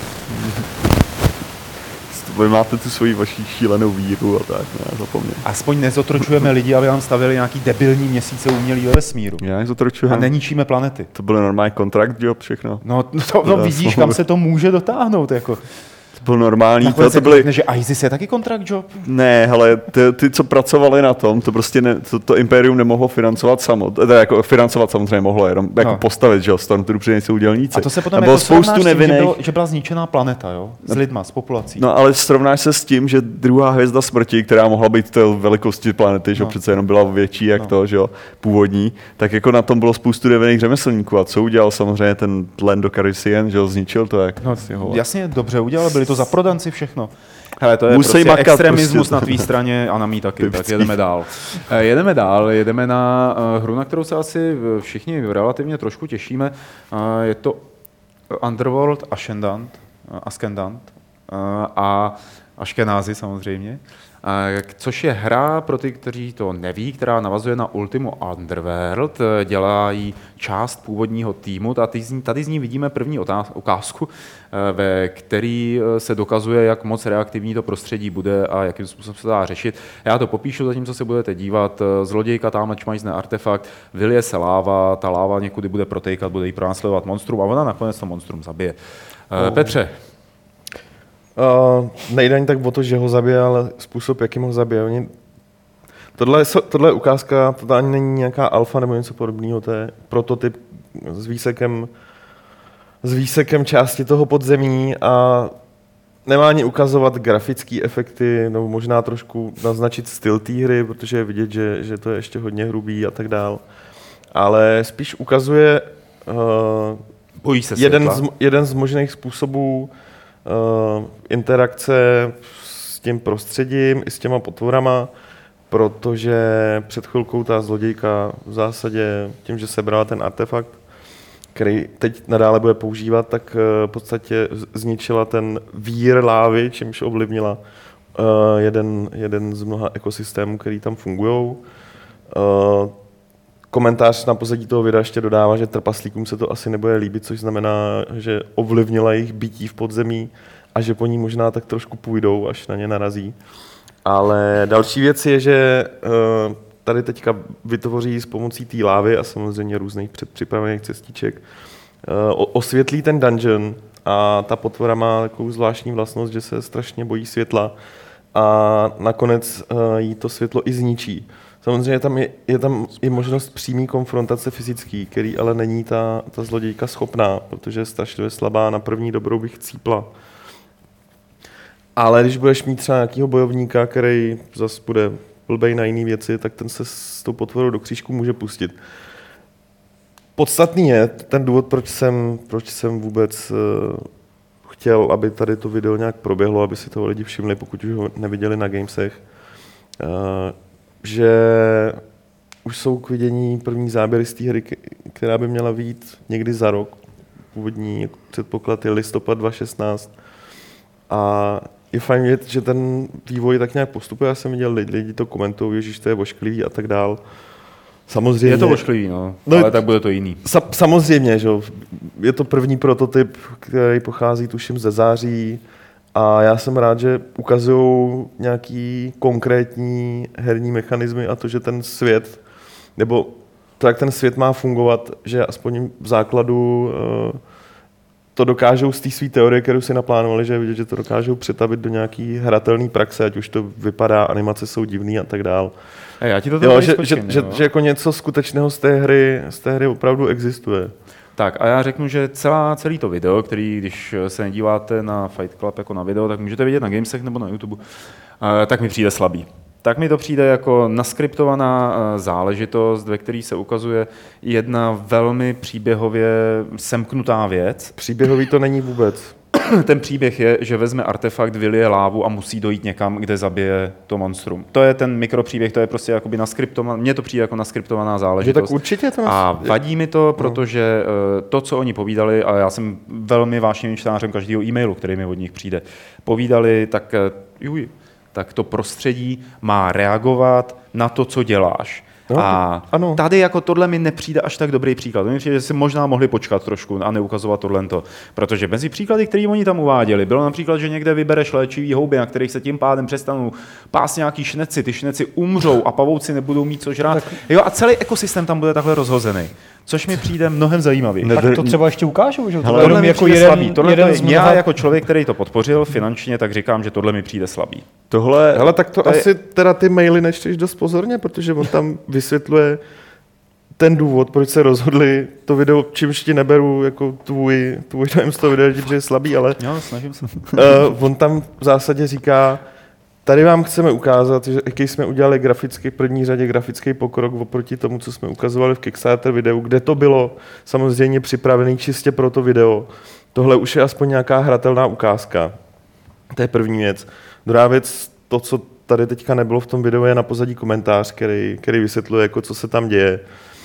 Vy máte tu svoji vaši šílenou víru a tak, ne, zapomněl. Aspoň nezotročujeme lidi, aby nám stavili nějaký debilní měsíce umělého vesmíru. Já nezotročujeme. A neníčíme planety. To byl normální kontrakt job, všechno. No vidíš, kam se to může dotáhnout, jako. To byl normální. To byly... že ISIS je taky kontrakt job? Ne, hele, ty, co pracovali na tom, to prostě to impérium nemohlo financovat samo. Jako financovat samozřejmě mohlo, jenom jako postavit, že jo, Stormtroopři nejsou dělníci. A to se potom bylo jako spoustu nevinných. Že byla zničená planeta, jo? S lidma, s populací. No ale srovnáš se s tím, že druhá hvězda smrti, která mohla být té velikosti planety, že přece jenom byla větší jak to, že jo, původní, tak jako na tom bylo spoustu nevinných řemeslníků. A co udělal samozřejmě ten Lando Calrissian, že jo, zničil to jak. Jasně, dobře udělal, byli to zaprodanci všechno. Hele, to je musí prostě extremismus prostě. Na tvý straně a na mý taky, tak jedeme dál. Jedeme na hru, na kterou se asi všichni relativně trošku těšíme. Je to Underworld Ascendant a Ashkenazi samozřejmě. Což je hra pro ty, kteří to neví, která navazuje na Ultimu Underworld, dělají část původního týmu. Tady z ní vidíme první ukázku, ve který se dokazuje, jak moc reaktivní to prostředí bude a jakým způsobem se dá řešit. Já to popíšu, zatímco se budete dívat. Zlodějka tam čmažne artefakt, vylije se láva, ta láva někudy bude protejkat, bude jí pronásledovat monstrum a ona nakonec to monstrum zabije. Petře. Nejde ani tak o to, že ho zabije, ale způsob, jakým ho zabije. Tohle je ukázka, to ani není nějaká alfa nebo něco podobného, to je prototyp s výsekem části toho podzemí a nemá ani ukazovat grafické efekty, nebo možná trošku naznačit styl té hry, protože je vidět, že to je ještě hodně hrubý a tak dál. Ale spíš ukazuje jeden z možných způsobů interakce s tím prostředím i s těma potvorama, protože před chvilkou ta zlodějka v zásadě tím, že sebrala ten artefakt, který teď nadále bude používat, tak v podstatě zničila ten vír lávy, čímž ovlivnila jeden z mnoha ekosystémů, který tam fungují. Komentář na pozadí toho videa ještě dodává, že trpaslíkům se to asi nebude líbit, což znamená, že ovlivnila jejich bytí v podzemí a že po ní možná tak trošku půjdou, až na ně narazí. Ale další věc je, že tady teďka vytvoří s pomocí té lávy a samozřejmě různých předpřipravených cestiček osvětlí ten dungeon a ta potvora má takovou zvláštní vlastnost, že se strašně bojí světla a nakonec jí to světlo i zničí. Samozřejmě je tam i možnost přímé konfrontace fyzický, který ale není ta zlodějka schopná, protože je strašně slabá, na první dobrou bych cípla. Ale když budeš mít třeba nějakého bojovníka, který zase bude blbej na jiné věci, tak ten se s tou potvorou do křížku může pustit. Podstatný je ten důvod, proč jsem vůbec chtěl, aby tady to video nějak proběhlo, aby si toho lidi všimli, pokud už ho neviděli na Gamesech, že už jsou k vidění první záběry z té hry, která by měla vyjít někdy za rok. Původní předpoklad je listopad 2016. A je fajn vědět, že ten vývoj tak nějak postupuje. Já jsem viděl, lidi to komentují, ježiš, to je ošklivý a tak dál. Samozřejmě. Je to ošklivý, ale tak bude to jiný. Samozřejmě, že je to první prototyp, který pochází tuším ze září a já jsem rád, že ukazují nějaký konkrétní herní mechanismy a to, že ten svět, nebo to, jak ten svět má fungovat, že aspoň v základu to dokážou z té své teorie, kterou si naplánovali, že je vidět, že to dokážou přetavit do nějaký hratelný praxe, ať už to vypadá, animace jsou divný a tak dál. A já ti to že jako něco skutečného z té hry opravdu existuje. Tak a já řeknu, že celý to video, který, když se nedíváte na Fight Club jako na video, tak můžete vidět na Gamesech nebo na YouTube, tak mi přijde slabý. Tak mi to přijde jako naskriptovaná záležitost, ve které se ukazuje jedna velmi příběhově semknutá věc. Příběhový to není vůbec. ten příběh je, že vezme artefakt, vylije lávu a musí dojít někam, kde zabije to monstrum. To je ten mikropříběh, to je prostě jakoby naskriptovaná, mně to přijde jako naskriptovaná záležitost. Tak určitě to a vadí mi to, protože to, co oni povídali, a já jsem velmi vášnivým čtenářem každého e-mailu, který mi od nich přijde, povídali, tak to prostředí má reagovat na to, co děláš. No, a ano. Tady jako tohle mi nepřijde až tak dobrý příklad. Mi přijde, že si možná mohli počkat trošku a neukazovat tohleto. Protože mezi příklady, které oni tam uváděli, bylo například, že někde vybereš léčivý houby, na kterých se tím pádem přestanou pást nějaký šneci, ty šneci umřou a pavouci nebudou mít co žrát. Jo, a celý ekosystém tam bude takhle rozhozený. Což mi přijde mnohem zajímavější. Tak to třeba ještě ukážou, že? Tohle mi přijde slabý. Já jako člověk, který to podpořil finančně, tak říkám, že tohle mi přijde slabý. Hele, tak to asi teda ty maily nečteš dost pozorně, protože on tam vysvětluje ten důvod, proč se rozhodli to video, čímž ti neberu jako tvůj dojem z toho videa, že je slabý, ale jo, snažím se. On tam v zásadě říká, tady vám chceme ukázat, že jaký jsme udělali v první řadě grafický pokrok oproti tomu, co jsme ukazovali v Kickstarter videu, kde to bylo samozřejmě připravené čistě pro to video. Tohle už je aspoň nějaká hratelná ukázka. To je první věc. Druhá věc, to, co tady teďka nebylo v tom videu, je na pozadí komentář, který vysvětluje, jako, co se tam děje.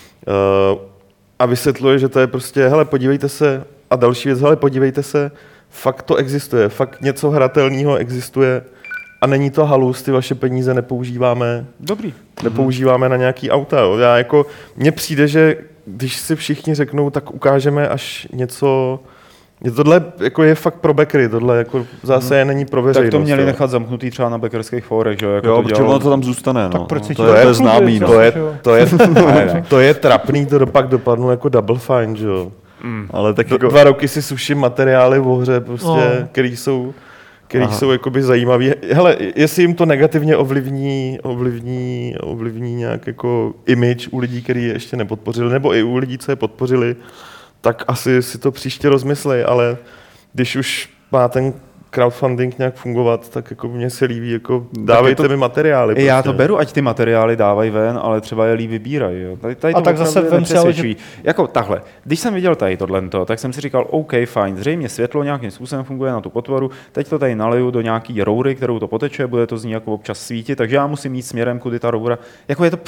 A vysvětluje, že to je prostě, hele, podívejte se, a další věc, hele, podívejte se, fakt to existuje, fakt něco hratelného existuje a není to halus, ty vaše peníze nepoužíváme na nějaký auta. Jo. Mně přijde, že když si všichni řeknou, tak ukážeme až něco. Tohle jako je fakt pro backery, tohle jako zase není pro veřejnost. Tak to měli nechat zamknutý třeba na backerských fórech, že jako jo, protože ono to tam zůstane, no. To je známý, no. To je trapný, to pak dopadlo jako Double Fine, že jo. Ale tak jako 2 roky si suším materiály v hře, prostě, který jsou jakoby zajímavý. Hele, jestli jim to negativně ovlivní nějak jako image u lidí, kteří je ještě nepodpořili, nebo i u lidí, co je podpořili, tak asi si to příště rozmyslej, ale když už má ten crowdfunding nějak fungovat, tak jako mně se líbí, jako dávejte mi materiály. Prostě. Já to beru, ať ty materiály dávají ven, ale třeba je líp vybírají. Jo. Tady a tak zase vem si, ale že... Jako takhle, když jsem viděl tady tohleto, tak jsem si říkal, OK, fajn, zřejmě světlo nějakým způsobem funguje na tu potvoru, teď to tady naliju do nějaký roury, kterou to poteče, bude to z ní jako občas svítit, takže já musím jít směrem, kudy ta roura, jako je to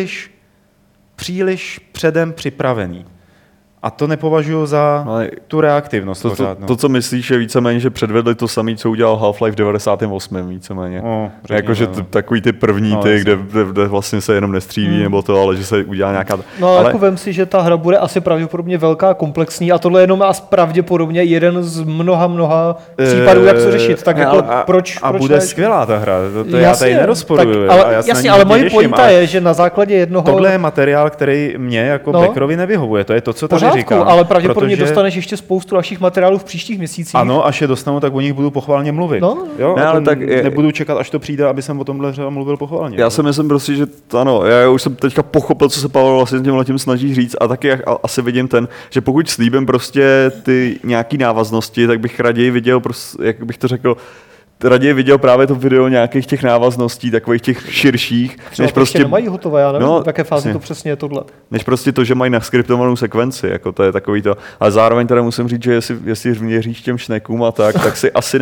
příliš předem připravený. A to nepovažuji za tu reaktivnost. To, co myslíš, je víceméně, že předvedli to samé, co udělal Half-Life v 98. víceméně. Jakože takový ty první, kde vlastně se jenom nestřílí, nebo to, ale že se udělá nějaká... No ale jako vem si, že ta hra bude asi pravděpodobně velká, komplexní a tohle jenom asi pravděpodobně jeden z mnoha případů, jak to řešit. Tak jako proč bude skvělá ta hra, to já tady nerozporuju. Jasně, ale moje pointa je, že na základě jednoho... Tohle je materiál, který mě jako backerovi nevyhovuje, to je to, co tady říkám, ale pravděpodobně dostaneš ještě spoustu dalších materiálů v příštích měsících. Ano, až je dostanu, tak o nich budu pochválně mluvit. Jo, ne, ale tak nebudu čekat, až to přijde, aby jsem o tomhle mluvil pochválně. Já si myslím prostě, že ano, já už jsem teďka pochopil, co se Pavel vlastně tím snaží říct a taky asi vidím že pokud slíbím prostě ty nějaký návaznosti, tak bych raději viděl, jak bych to řekl, raději viděl právě to video nějakých těch návazností, takových těch širších, než prostě nemají hotové, já nevím, v jaké fázi to přesně je tohle. Než prostě to, že mají naskriptovanou sekvenci, jako to je takový to. Ale zároveň teda musím říct, že jestli věříš těm šnekům a tak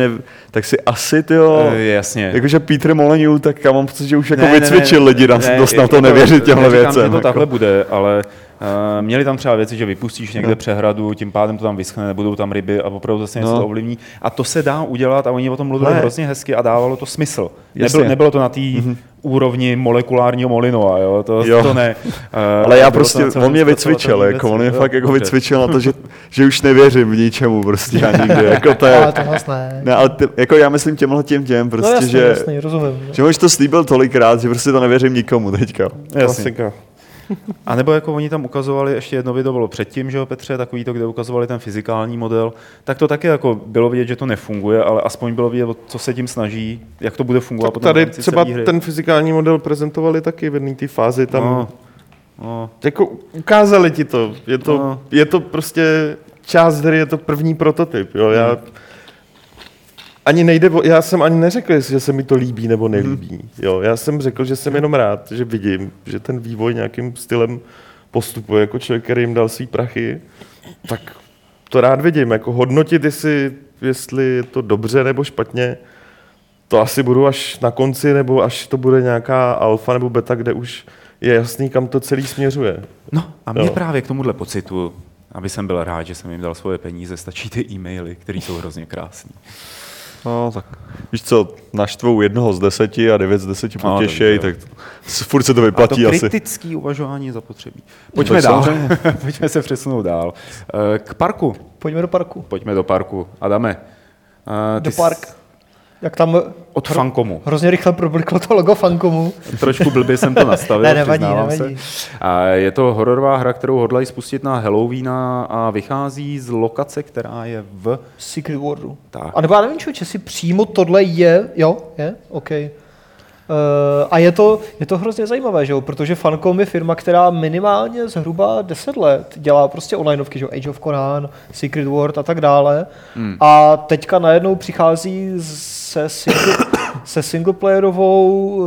si asi tyjo, jasně. Jakože Peter Molyneux, tak já mám pocit, že už jako vycvičil lidi dost na to nevěřit těmhle věcem. Že to takhle bude, ale měli tam třeba věci, že vypustíš někde přehradu, tím pádem to tam vyschne, nebudou tam ryby a opravdu zase něco to ovlivní. A to se dá udělat a oni o tom mluvili hrozně hezky a dávalo to smysl. Nebylo to na té úrovni molekulárního Molyneux, jo? To ne. Ale já prostě, on mě vycvičil, jako on mě fakt jako vycvičil na to, že už nevěřím v ničemu prostě ani nikdy. Jako to je, ale to vlastně ne. Ale jako já myslím těm prostě, jasný, rozumím. Že už to slíbil tolikrát, že prostě to nevěřím nikomu teďka. Klasika. A nebo jako oni tam ukazovali, ještě jedno video bylo předtím, že jo, Petře, takový to, kde ukazovali ten fyzikální model, tak to taky jako bylo vidět, že to nefunguje, ale aspoň bylo vidět, co se tím snaží, jak to bude fungovat. Tak tady třeba ten fyzikální model prezentovali taky v jedné té fázi, tam jako ukázali ti to, je to prostě část hry, je to první prototyp, jo, já jsem ani neřekl, že se mi to líbí nebo nelíbí. Jo, já jsem řekl, že jsem jenom rád, že vidím, že ten vývoj nějakým stylem postupuje, jako člověk, který jim dal svý prachy, tak to rád vidím. Jako hodnotit, jestli jestli je to dobře nebo špatně, to asi budu až na konci, nebo až to bude nějaká alfa nebo beta, kde už je jasný, kam to celý směřuje. No a mě právě k tomuhle pocitu, aby jsem byl rád, že jsem jim dal svoje peníze, stačí ty e-maily, které jsou hrozně krásný. No tak, víš co, naštvou 1 z 10 a 9 z 10 potěšej, tak furt se to vyplatí asi. A to kritické uvažování zapotřebí. Pojďme dál. Pojďme se přesunout dál. K parku. Pojďme do parku. Pojďme do parku. Adame. Do park. Jak tam od Funkomu. Hrozně rychle probliklo to logo Funkomu. Trošku blbě jsem to nastavil, nevadí. A je to hororová hra, kterou hodlají spustit na Halloweena a vychází z lokace, která je v Secret Worldu. Tak. A nebo já nevím, jestli přímo tohle je, OK. A je to hrozně zajímavé, že jo? Protože Funcom je firma, která minimálně zhruba 10 let dělá prostě onlineovky, že jo? Age of Conan, Secret World a tak dále. A teďka najednou přichází se singleplayerovou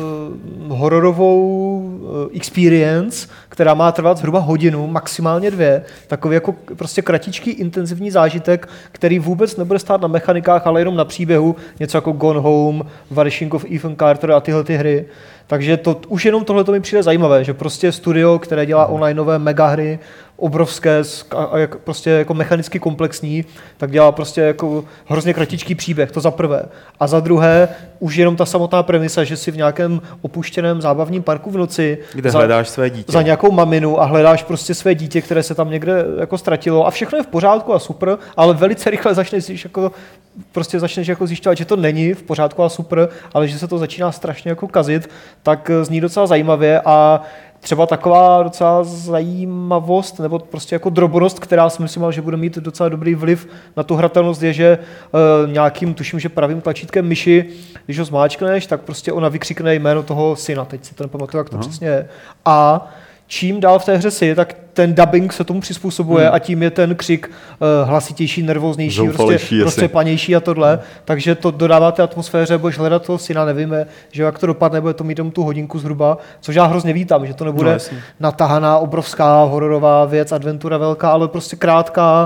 hororovou experience, která má trvat zhruba hodinu, maximálně 2. Takový jako prostě kratičký intenzivní zážitek, který vůbec nebude stát na mechanikách, ale jenom na příběhu, něco jako Gone Home, Vanishing of Ethan Carter a tyhle ty hry. Takže už jenom tohle mi přijde zajímavé, že prostě studio, které dělá onlineové megahry, obrovské a prostě jako mechanicky komplexní, tak dělá prostě jako hrozně kratičký příběh, to za prvé. A za druhé, už jenom ta samotná premisa, že si v nějakém opuštěném zábavním parku v noci hledáš své dítě. Za nějakou maminu a hledáš prostě své dítě, které se tam někde jako ztratilo a všechno je v pořádku a super, ale velice rychle začneš jako zjišťovat, že to není v pořádku a super, ale že se to začíná strašně jako kazit, tak zní docela zajímavě a třeba taková docela zajímavost nebo prostě jako drobnost, která si myslím, že bude mít docela dobrý vliv na tu hratelnost, je, že nějakým, tuším, že pravým tlačítkem myši, když ho zmáčkneš, tak prostě ona vykřikne jméno toho syna, teď si to nepamatuju, jak to přesně je. A čím dál v té hře si, tak ten dubbing se tomu přizpůsobuje a tím je ten křik hlasitější, nervóznější, prostě planější a tohle. Takže to dodává té atmosféře, budeš hledat toho syna, nevíme, že jak to dopadne, bude to mít tomu tu hodinku zhruba, což já hrozně vítám, že to nebude natahaná, obrovská, hororová věc, adventura velká, ale prostě krátká,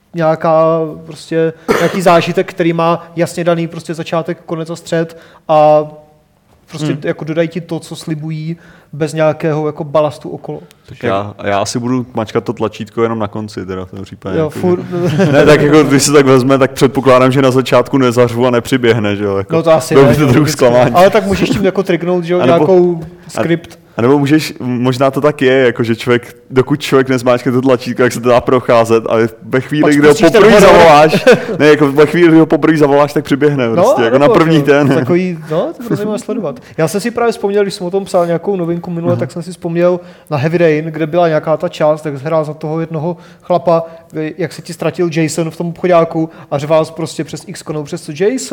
nějaký zážitek, který má jasně daný prostě začátek, konec a střed a prostě jako dodají ti to, co slibují, bez nějakého jako balastu okolo. Tak já asi budu mačkat to tlačítko jenom na konci, teda v tom případě. Jo, ne, tak jako když se tak vezme, tak předpokládám, že na začátku nezařvu a nepřiběhne, že jo. Jako, no to asi ne, to druh zklamání. Ale tak můžeš tím jako trignout, že jo, nějakou skript. A nebo možná to tak je, jako že dokud člověk nezmáčkne to tlačítko, jak se to dá procházet, ale ve chvíli, kdy ho poprvé zavoláš, kdy ho poprvé zavoláš, tak přiběhne, prostě, jako na první den. Takový, to bude zajímavé sledovat. Já jsem si právě vzpomněl, když jsem o tom psal nějakou novinku minule, tak jsem si vzpomněl na Heavy Rain, kde byla nějaká ta část, tak hrál za toho jednoho chlapa, jak se ti ztratil Jason v tom obchodáku a řval prostě přes X-konou přes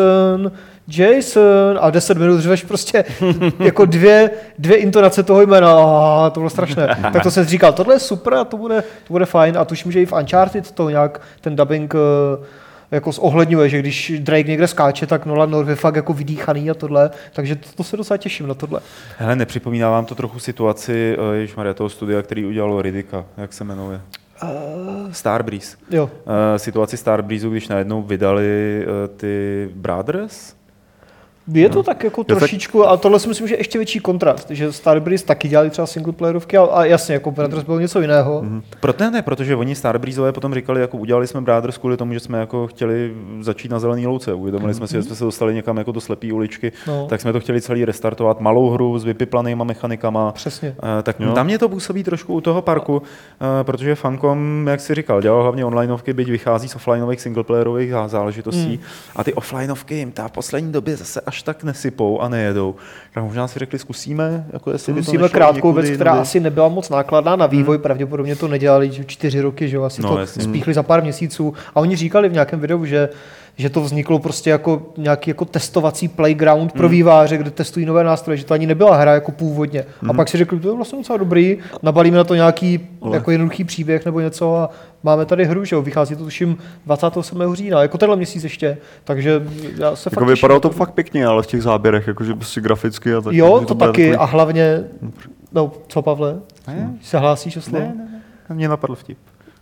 Jason a 10 minut řveš prostě jako dvě intonace toho jména, to bylo strašné. Tak to jsem říkal, tohle je super a to bude fajn a tuším, že i v Uncharted to nějak ten dubbing jako zohledňuje, že když Drake někde skáče, tak Nolan North je fakt jako vydýchaný a tohle, takže to se docela těším na tohle. Hele, nepřipomíná vám to trochu situaci toho studia, který udělalo Ridicka, jak se jmenuje? Starbreeze. Jo. Situaci Starbreezeu, když najednou vydali ty Brothers. Je to tak jako trošičku, a tohle si myslím, že je ještě větší kontrast, že Starbreeze taky dělali třeba singleplayerovky a jasně, jako Brothers bylo něco jiného. Protože oni Starbreezeové potom říkali, jako udělali jsme Brothers kvůli tomu, že jsme jako chtěli začít na zelený louce. Uvědomili jsme si, že jsme se dostali někam jako do slepý uličky, tak jsme to chtěli celý restartovat, malou hru s vypiplanýma mechanikama. Přesně. Tak tam mě to působí trošku u toho parku, protože Funcom, jak si říkal, dělal hlavně onlineovky, byť vychází z offlineových singleplayerových záležitostí a ty offlineovky jim v poslední době zase až tak nesypou a nejedou. Tak možná si řekli, zkusíme, jako jestli by to nešlo krátkou věc, která asi nebyla moc nákladná na vývoj, pravděpodobně to nedělali 4 roky, že jo, asi to spíchli za pár měsíců a oni říkali v nějakém videu, že to vzniklo prostě jako nějaký jako testovací playground pro výváře, kde testují nové nástroje, že to ani nebyla hra jako původně. A pak si řekli, to je vlastně docela dobrý, nabalíme na to nějaký jako jednoduchý příběh nebo něco a máme tady hru, že jo, vychází to tuším 27. října, jako tenhle měsíc ještě, takže já se jako vypadalo to fakt pěkně, ale v těch záběrech, jakože prostě graficky a tak. Jo, to taky takový... a hlavně, no co Pavle, se hlásíš o slovo? Ne, mě napadl vtip.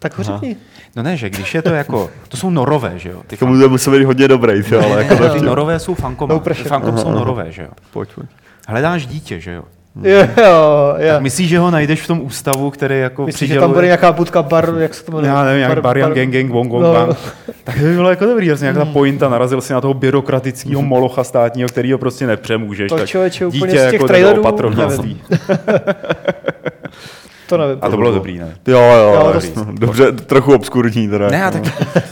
Tak ho řekni. No ne, že když je to jako, to jsou norové, že jo? Ty tomu to musí být hodně dobrý, ty, ale jako ty norové jsou fankom jsou norové, že jo? Pojď. Hledáš dítě, že jo? Jo. Tak myslíš, že ho najdeš v tom ústavu, který jako myslíš, že tam bude nějaká budka bar, jak se to jmenuje? Já nevím, jak Barian Gang, Bong, Bang. Tak to by bylo jako dobrý, vlastně nějaká pointa, narazil si na toho byrokratického molocha státního, kterýho prostě nepřemůžeš. To tak člověče úplně dítě z těch jako trailerů, opatrovnictví. To nevím. A to bylo dobrý, ne? Jo, dobře, trochu obskurní teda. Ne, tak...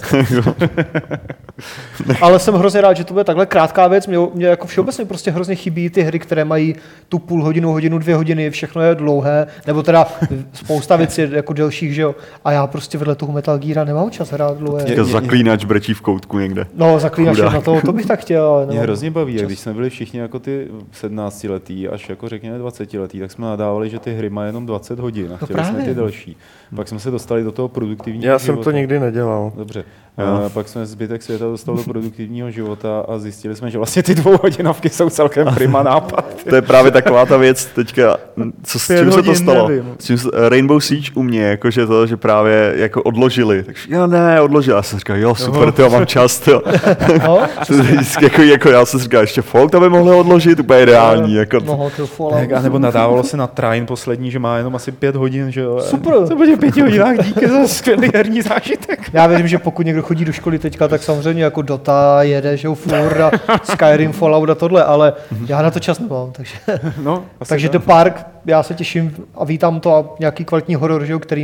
Ale jsem hrozně rád, že to bude takhle krátká věc. Mě jako všeobecně prostě hrozně chybí ty hry, které mají tu půl hodinu, 2 hodiny, všechno je dlouhé, nebo teda spousta věcí jako delších, že jo. A já prostě vedle toho Metal Geara nemám čas hrát dlouhé. Zaklínač brečí v koutku někde. No, zaklínač na to bych tak chtěl. Ale mě hrozně baví, když jsme byli všichni jako ty 17letí, až jako řekněme 20letí, tak jsme nadávali, že ty hry mají jenom 20 hodin a chtěli jsme ty delší. Pak jsme se dostali do toho produktivního života. Já jsem to nikdy nedělal. Dobře. Pak jsme zbytek světa dostali do produktivního života a zjistili jsme, že vlastně ty 2hodinovky jsou celkem prima nápad. To je právě taková ta věc teďka, s čím se to stalo. Rainbow Siege u mě, jakože to, že právě jako odložili. Takže odložili. Já jsem říkal, jo, super, ty mám čas, to. jako já jsem říkal, ještě Fallout by mohli odložit, úplně ideální. A nebo nadávalo se na Trine poslední, že má jenom asi 5 hodin, že jo. Super. Co bude 5 hodinách, díky za skvělý herní zážitek. Já věřím, že pokud někdo chodí do školy teďka, tak samozřejmě jako Dota jede, že jo, furt a Skyrim, Fallout a tohle, ale já na to čas nemám, takže, takže The Park, já se těším a vítám to a nějaký kvalitní horor, že jo, který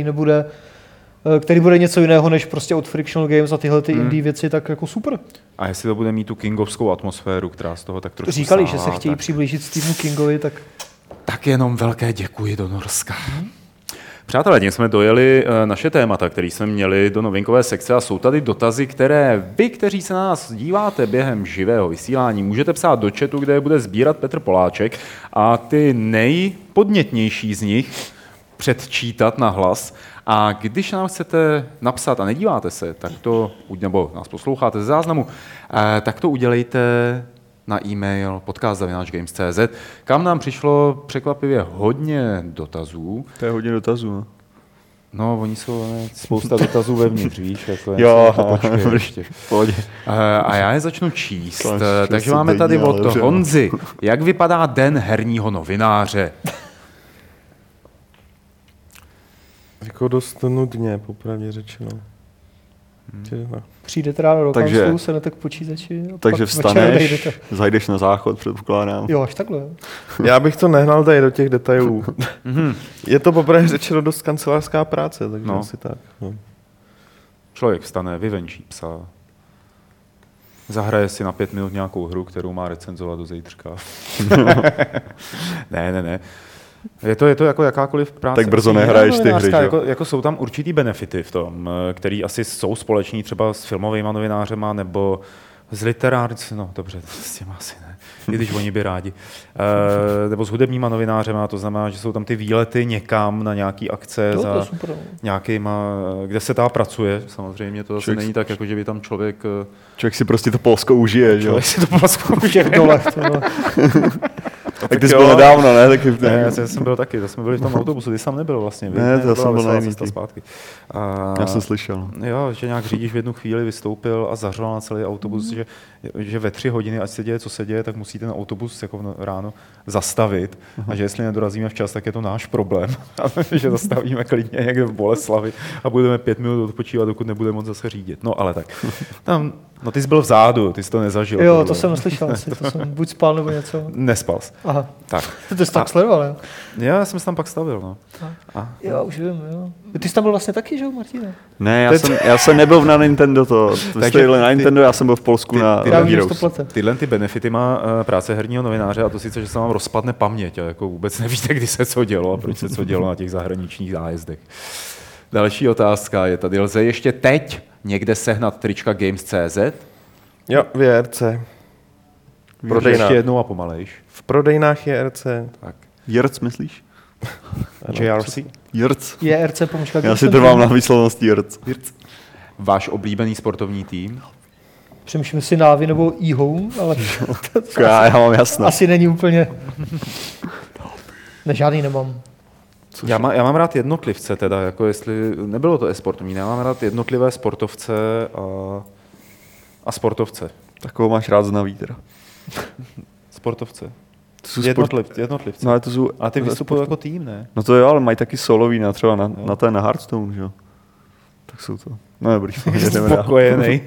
bude něco jiného, než prostě od Frictional Games a tyhle ty indie věci, tak jako super. A jestli to bude mít tu kingovskou atmosféru, která z toho tak trošku říkali, sála, že se chtějí přiblížit Stephenu Kingovi, tak jenom velké děkuji do Norska. Přátelé, tím jsme dojeli naše témata, které jsme měli do novinkové sekce a jsou tady dotazy, které vy, kteří se na nás díváte během živého vysílání, můžete psát do chatu, kde je bude sbírat Petr Poláček a ty nejpodnětnější z nich předčítat na hlas. A když nám chcete napsat a nedíváte se, tak to, nebo nás posloucháte ze záznamu, tak to udělejte na e-mail podcast@games.cz, kam nám přišlo překvapivě hodně dotazů. To je hodně dotazů, no. No, oni jsou spousta dotazů vevnitř, víš, jako ještě. A já je začnu číst. Takže máme tady od Honzy. Jak vypadá den herního novináře? Jako dost nudně, popravdě řečeno. Přijdete ráno do kanclu, sednete k počítači. Takže vstaneš, zajdeš na záchod, předpokládám. Jo, až takhle. Já bych to nehnal tady do těch detailů. Je to popravdě řečeno dost kancelářská práce, takže asi tak. No. Člověk vstane, vyvenčí psa, zahraje si na 5 minut nějakou hru, kterou má recenzovat do zítřka. Ne. Je to jako jakákoliv práce. Tak brzo nehraješ ty hry, jako jsou tam určitý benefity v tom, který asi jsou společní třeba s filmovými novinářema nebo s literárci, no dobře, s těma asi ne, i když oni by rádi. Nebo s hudebníma novinářema, to znamená, že jsou tam ty výlety někam na nějaký akce za nějakýma, kde se tá pracuje, samozřejmě to zase není tak, jako že by tam člověk si prostě to Polsko užije, že jo? Člověk si to Polsko užije. Tak ty jsi byl nedávno, ne? Ne, já jsem byl taky, to jsme byli v tom autobusu, ty jsi tam nebyl vlastně. Ne, to jsem byl na jiný zpátky. Já jsem slyšel. Jo, že nějak řidič v jednu chvíli vystoupil a zařval na celý autobus, že ve 3 hodiny, ať se děje, co se děje, tak musí ten autobus jako ráno zastavit a že jestli nedorazíme včas, tak je to náš problém. Že zastavíme klidně někde v Boleslavi a budeme 5 minut odpočívat, dokud nebude moc zase řídit. No ale tak. Tam, no ty jsi byl vzadu, ty jsi to nezažil. Jo, to jsem neslyšel asi, to jsem buď spal nebo něco. Nespal. Aha. Tak. Ty jsi tak sledoval, jo? Já jsem se tam pak stavil, no. Jo, už vím, jo. Ty jsi tam byl vlastně taky, že jo, Martine? Ne, já jsem nebyl na Nintendo to. Takže na Nintendo, já jsem byl v Polsku na Heroes. Tyhle ty benefity má práce herního novináře a to sice, že se vám rozpadne paměť a jako vůbec nevíte, kdy se co dělo a proč se co dělo na těch zahraničních zájezdech. Další otázka je tady. Lze ještě teď někde sehnat trička Games.cz? Jo, v JRC. Ještě jednou a pomalejš. V prodejnách JRC. Tak. JRC myslíš? JRC? JRC pomůžka. Já si trvám na výslovnosti JRC. Váš oblíbený sportovní tým? Přemýšlím si Navy nebo e-home, ale já mám jasno. Asi není úplně... Ne, žádný nemám. Já mám rád jednotlivce teda, jako jestli, nebylo to e-sportovní, já mám rád jednotlivé sportovce a sportovce. Takovou máš rád znaví teda. Sportovce. Jednotlivce. No, ale to jsou, a ty vystupují jako tým, ne? No to jo, ale mají taky solový, třeba na Hearthstone, že jo. Tak jsou to. No dobrý, jdeme dál. Spokojenej.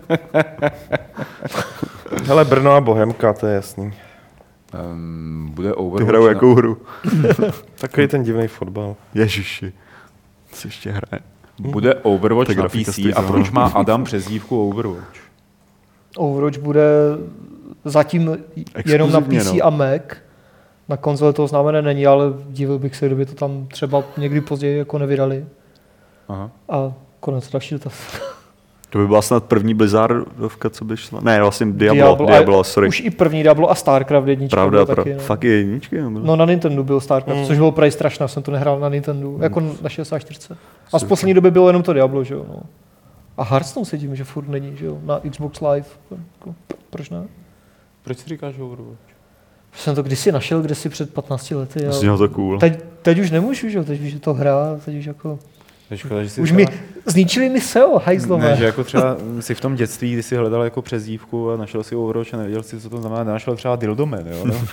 Hele, Brno a Bohemka, to je jasný. Bude Overwatch. Ty hrajou jakou hru? Takový ten divný fotbal. Ježiši. Co ještě hraje? Bude Overwatch na PC a proč má Adam přezdívku Overwatch? Overwatch bude zatím jenom na PC a Mac. Na konzole to oznámené není, ale divil bych se, kdyby to tam třeba někdy později jako nevydali. Aha. A konec další dotaz. To by byla snad první Blizzardovka, co by šla. Ne, vlastně Diablo, sorry. Už i první Diablo a StarCraft jednička. Pravda, taky, fakt je jedničky. No na Nintendo byl StarCraft, což bylo právě strašné, jsem to nehrál na Nintendo, jako na 64. A z poslední doby bylo jenom to Diablo, že jo. No. A Hearthstone se tím, že furt není, že jo, na Xbox Live. Proč ne? Proč si říkáš Overwatch? Jsem to kdysi našel, kdysi před 15 lety. Znělo to cool. Teď už nemůžu, že jo, teď už je to hra, teď už jako... Škoda, že už mi zničili mi SEO, hajzlové. Ne, že jako třeba si v tom dětství, kdy si hledal jako přezdívku a našel si Overwatch a nevěděl si, co to znamená, našel třeba Dildoman, jo? No?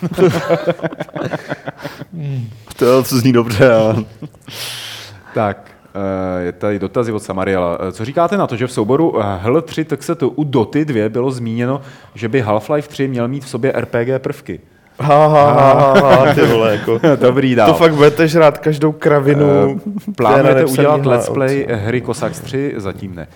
To zní dobře, ale... Tak, je tady dotazy od Samariela. Co říkáte na to, že v souboru HL 3 TXT u Doty 2 bylo zmíněno, že by Half-Life 3 měl mít v sobě RPG prvky? Ty vole, jako. Dobrý dál. To fakt budete žrát každou kravinu. Plánujete udělat let's play hry Cossacks 3? Zatím ne.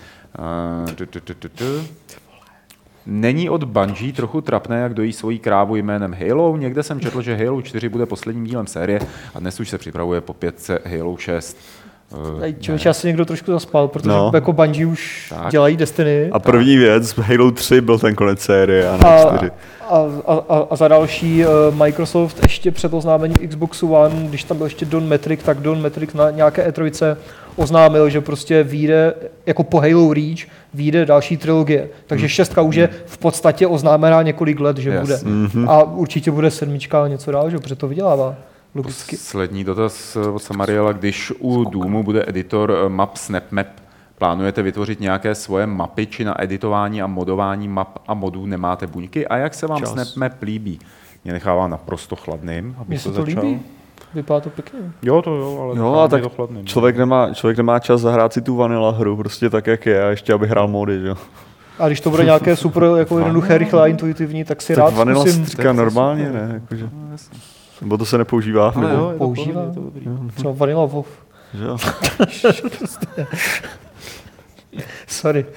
Není od Bungie trochu trapné, jak dojí svoji krávu jménem Halo? Někde jsem četl, že Halo 4 bude posledním dílem série a dnes už se připravuje po 5 Halo 6. Člověče, asi někdo trošku zaspal, protože jako Bungie už dělají Destiny. A první věc, Halo 3 byl ten konec série a ne 4. A za další Microsoft ještě před oznámením Xboxu One, když tam byl ještě Don Matrix, tak Don Matrix na nějaké E3 oznámil, že prostě vyjde, jako po Halo Reach, vyjde další trilogie. Takže 6 už je v podstatě oznámená několik let, že bude. A určitě bude 7 a něco dál, že? Protože to vydělává. Logicky. Poslední dotaz od Samariela. Když u Doomu bude editor map SnapMap, plánujete vytvořit nějaké svoje mapy, či na editování a modování map a modů nemáte buňky? A jak se vám SnapMap líbí? Mě nechává naprosto chladným, aby to začal. Líbí. Vypadá to pěkně. Jo, to jo, ale no, a tak to chladným. Člověk nemá čas zahrát si tu vanilla hru, prostě tak, jak je, a ještě aby hrál mody, jo. A když to bude nějaké super jako jednoduché, rychlé a intuitivní, tak si rád vanilla zkusím. Vanilla strika normálně, ne? Jakože. Nebo to se nepoužívá? Ale nebo? jo, používá. Třeba Vanilla WoW. Jo. Sorry.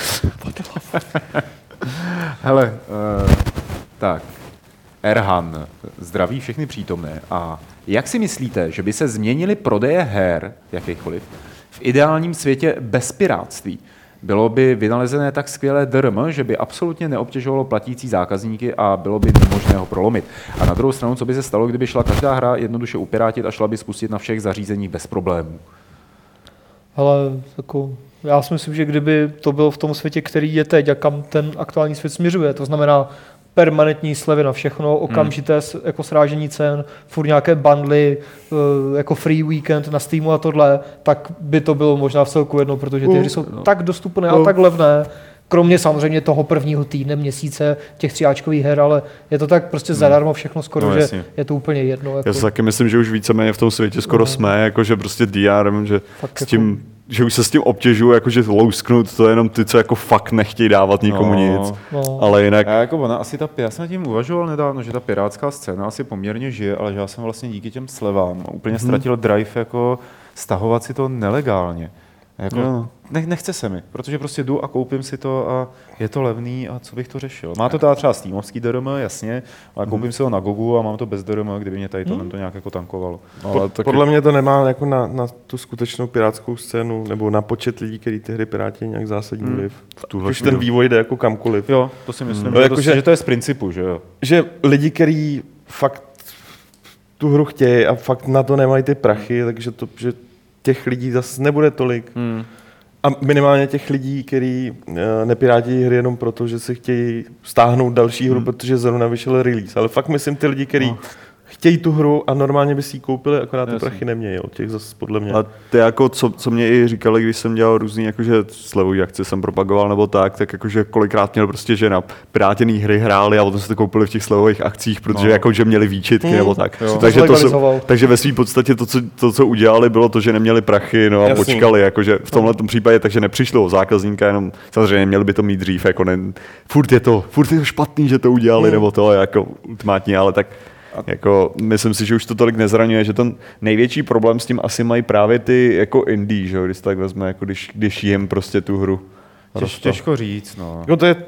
Hele, tak. Erhan zdraví všechny přítomné. A jak si myslíte, že by se změnily prodeje her, jakýchkoliv, v ideálním světě bez pirátství? Bylo by vynalezené tak skvělé DRM, že by absolutně neobtěžovalo platící zákazníky a bylo by nemožné ho prolomit. A na druhou stranu, co by se stalo, kdyby šla každá hra jednoduše upirátit a šla by spustit na všech zařízeních bez problémů? Ale jako, já si myslím, že kdyby to bylo v tom světě, který je teď a kam ten aktuální svět směřuje, to znamená permanentní slevy na všechno, okamžité jako srážení cen, furt nějaké bundly, jako free weekend na Steamu a tohle, tak by to bylo možná v celku jedno, protože ty hry jsou tak dostupné a tak levné, kromě samozřejmě toho prvního týdne, měsíce, těch 3áčkových her, ale je to tak prostě zadarmo všechno skoro, že je to úplně jedno. Jako. Já si taky myslím, že už víceméně v tom světě skoro jsme, jakože prostě DRM, že fakt s tím, že už se s tím obtěžuju, jakože lousknout, to je jenom ty, co jako fakt nechtějí dávat nikomu nic, ale jinak... Já, jako ona, asi já jsem tím uvažoval nedávno, že ta pirátská scéna asi poměrně žije, ale že já jsem vlastně díky těm slevám úplně ztratil drive jako stahovat si to nelegálně. Jako, nechce se mi, protože prostě jdu a koupím si to a je to levný a co bych to řešil. Má to třeba Steamovský DRM, jasně, ale koupím si ho na Gogu a mám to bez DRM, kdyby mě tady to nějak jako tankovalo. Ale podle mě to nemá jako na tu skutečnou pirátskou scénu nebo na počet lidí, kteří ty hry pirátí nějak zásadní vliv. Už ten vývoj jde jako kamkoliv. Jo, to si myslím, že to je z principu, že jo. Že lidi, kteří fakt tu hru chtějí a fakt na to nemají ty prachy, takže to, že těch lidí zase nebude tolik. A minimálně těch lidí, kteří nepirátí hry jenom proto, že si chtějí stáhnout další hru, protože zrovna vyšel release. Ale fakt myslím ty lidi, kteří chtějí tu hru a normálně by si ji koupili, akorát ty prachy nemějí, od těch zase podle mě. A to je jako, co mě i říkali, když jsem dělal různý, jakože slevový akce jsem propagoval nebo tak jakože kolikrát měl prostě, že na pirátěný hry hráli a potom se to koupili v těch slevových akcích, protože jakože měli výčitky nebo tak. Takže ve svým podstatě to, co udělali, bylo to, že neměli prachy, no a počkali, jakože v tomhle případě, takže nepřišlo o zákazníka, jenom samozřejmě měli by to mít dřív, jako furt je to špatný, že to udělali, nebo to jako ultimátní, ale tak jako, myslím si, že už to tolik nezraňuje, že ten největší problém s tím asi mají právě ty jako indie, že? Když se tak vezme, jako když jim prostě tu hru. Těžko říct, no. No to je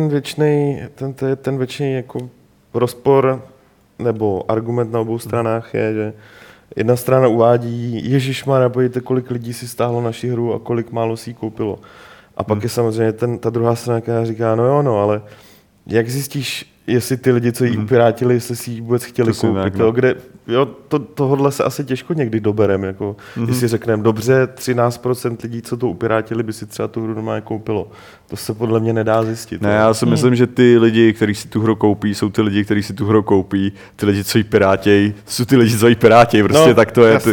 ten věčný jako rozpor nebo argument na obou stranách je, že jedna strana uvádí, ježišmarja, pojďte, kolik lidí si stáhlo naši hru a kolik málo si ji koupilo. A pak je samozřejmě ta druhá strana, která říká, no, ale jak zjistíš, jestli ty lidi, co ji upirátili, jestli si ji vůbec chtěli koupit. Tohodle se asi těžko někdy dobereme. Jako, jestli řekneme, dobře, 13% lidí, co to upirátili, by si třeba tu hru normálně koupilo. To se podle mě nedá zjistit. Ne, já si myslím, že ty lidi, kteří si tu hru koupí, jsou ty lidi, kteří si tu hru koupí. Ty lidi, co ji pirátějí, jsou ty lidi, co ji pirátějí. Prostě tak to je.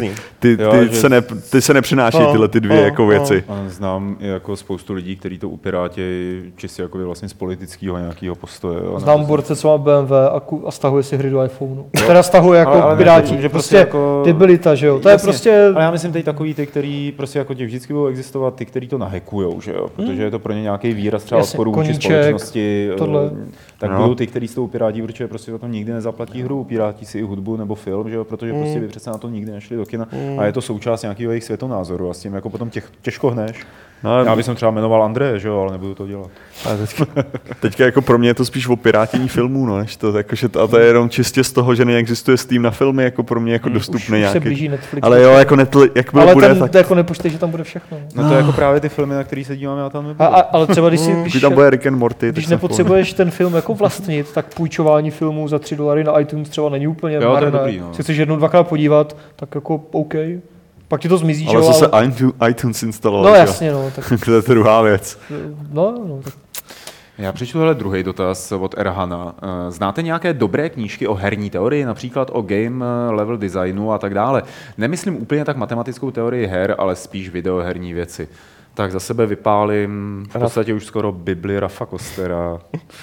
Ty se nepřináší tyhle ty dvě jako věci. A znám jako spoustu lidí, kteří to upirátějí čistě jako vlastně z politického nějakého postoje. Znám borce, co má BMW a stahuje si hry do iPhoneu. Teda stahuje jako piráti, že prostě jako debilita, že jo. To jasně, je prostě. Ale já myslím teď takový ty, který prostě jako tě vždycky budou existovat, ty, který to nahekujou, že jo, protože je to pro ně nějaký výraz třeba odporu vůči společnosti. Tak budou ty, kteří s tou pirátí, protože prostě o tom nikdy nezaplatí hru, pirátí si i hudbu nebo film, že jo, protože prostě by přece na to nikdy nešli do kina a je to součást nějakého jejich světonázoru a s tím jako potom těžko hneš. No, já bych třeba jmenoval Andreje, že jo, ale nebudu to dělat. Teďka jako pro mě je to spíš o pirátění filmů, no, než to, jakože to je jenom čistě z toho, že neexistuje Steam na filmy, jako pro mě jako dostupný nějaký. Už se blíží Netflix. Ale jo, jako Netflix, jak bude, ale tak... to jako nepočtej, že tam bude všechno. No to je jako právě ty filmy, na který se díváme, a tam nebude. Ale třeba když tam bude Rick and Morty, když nepotřebuješ ten film jako vlastnit, tak půjčování filmů za $3 na iTunes třeba není úplně marné. Si chceš jednou, dvakrát podívat, tak jako OK. Pak ti to zmizí, ale zase iTunes instalovat. No jasně, no. Tak... to je druhá věc. No, tak... Já přečtu druhý dotaz od Erhana. Znáte nějaké dobré knížky o herní teorii, například o game level designu a tak dále? Nemyslím úplně tak matematickou teorii her, ale spíš videoherní věci. Tak za sebe vypálím v podstatě už skoro Bibli Rafa Kostera.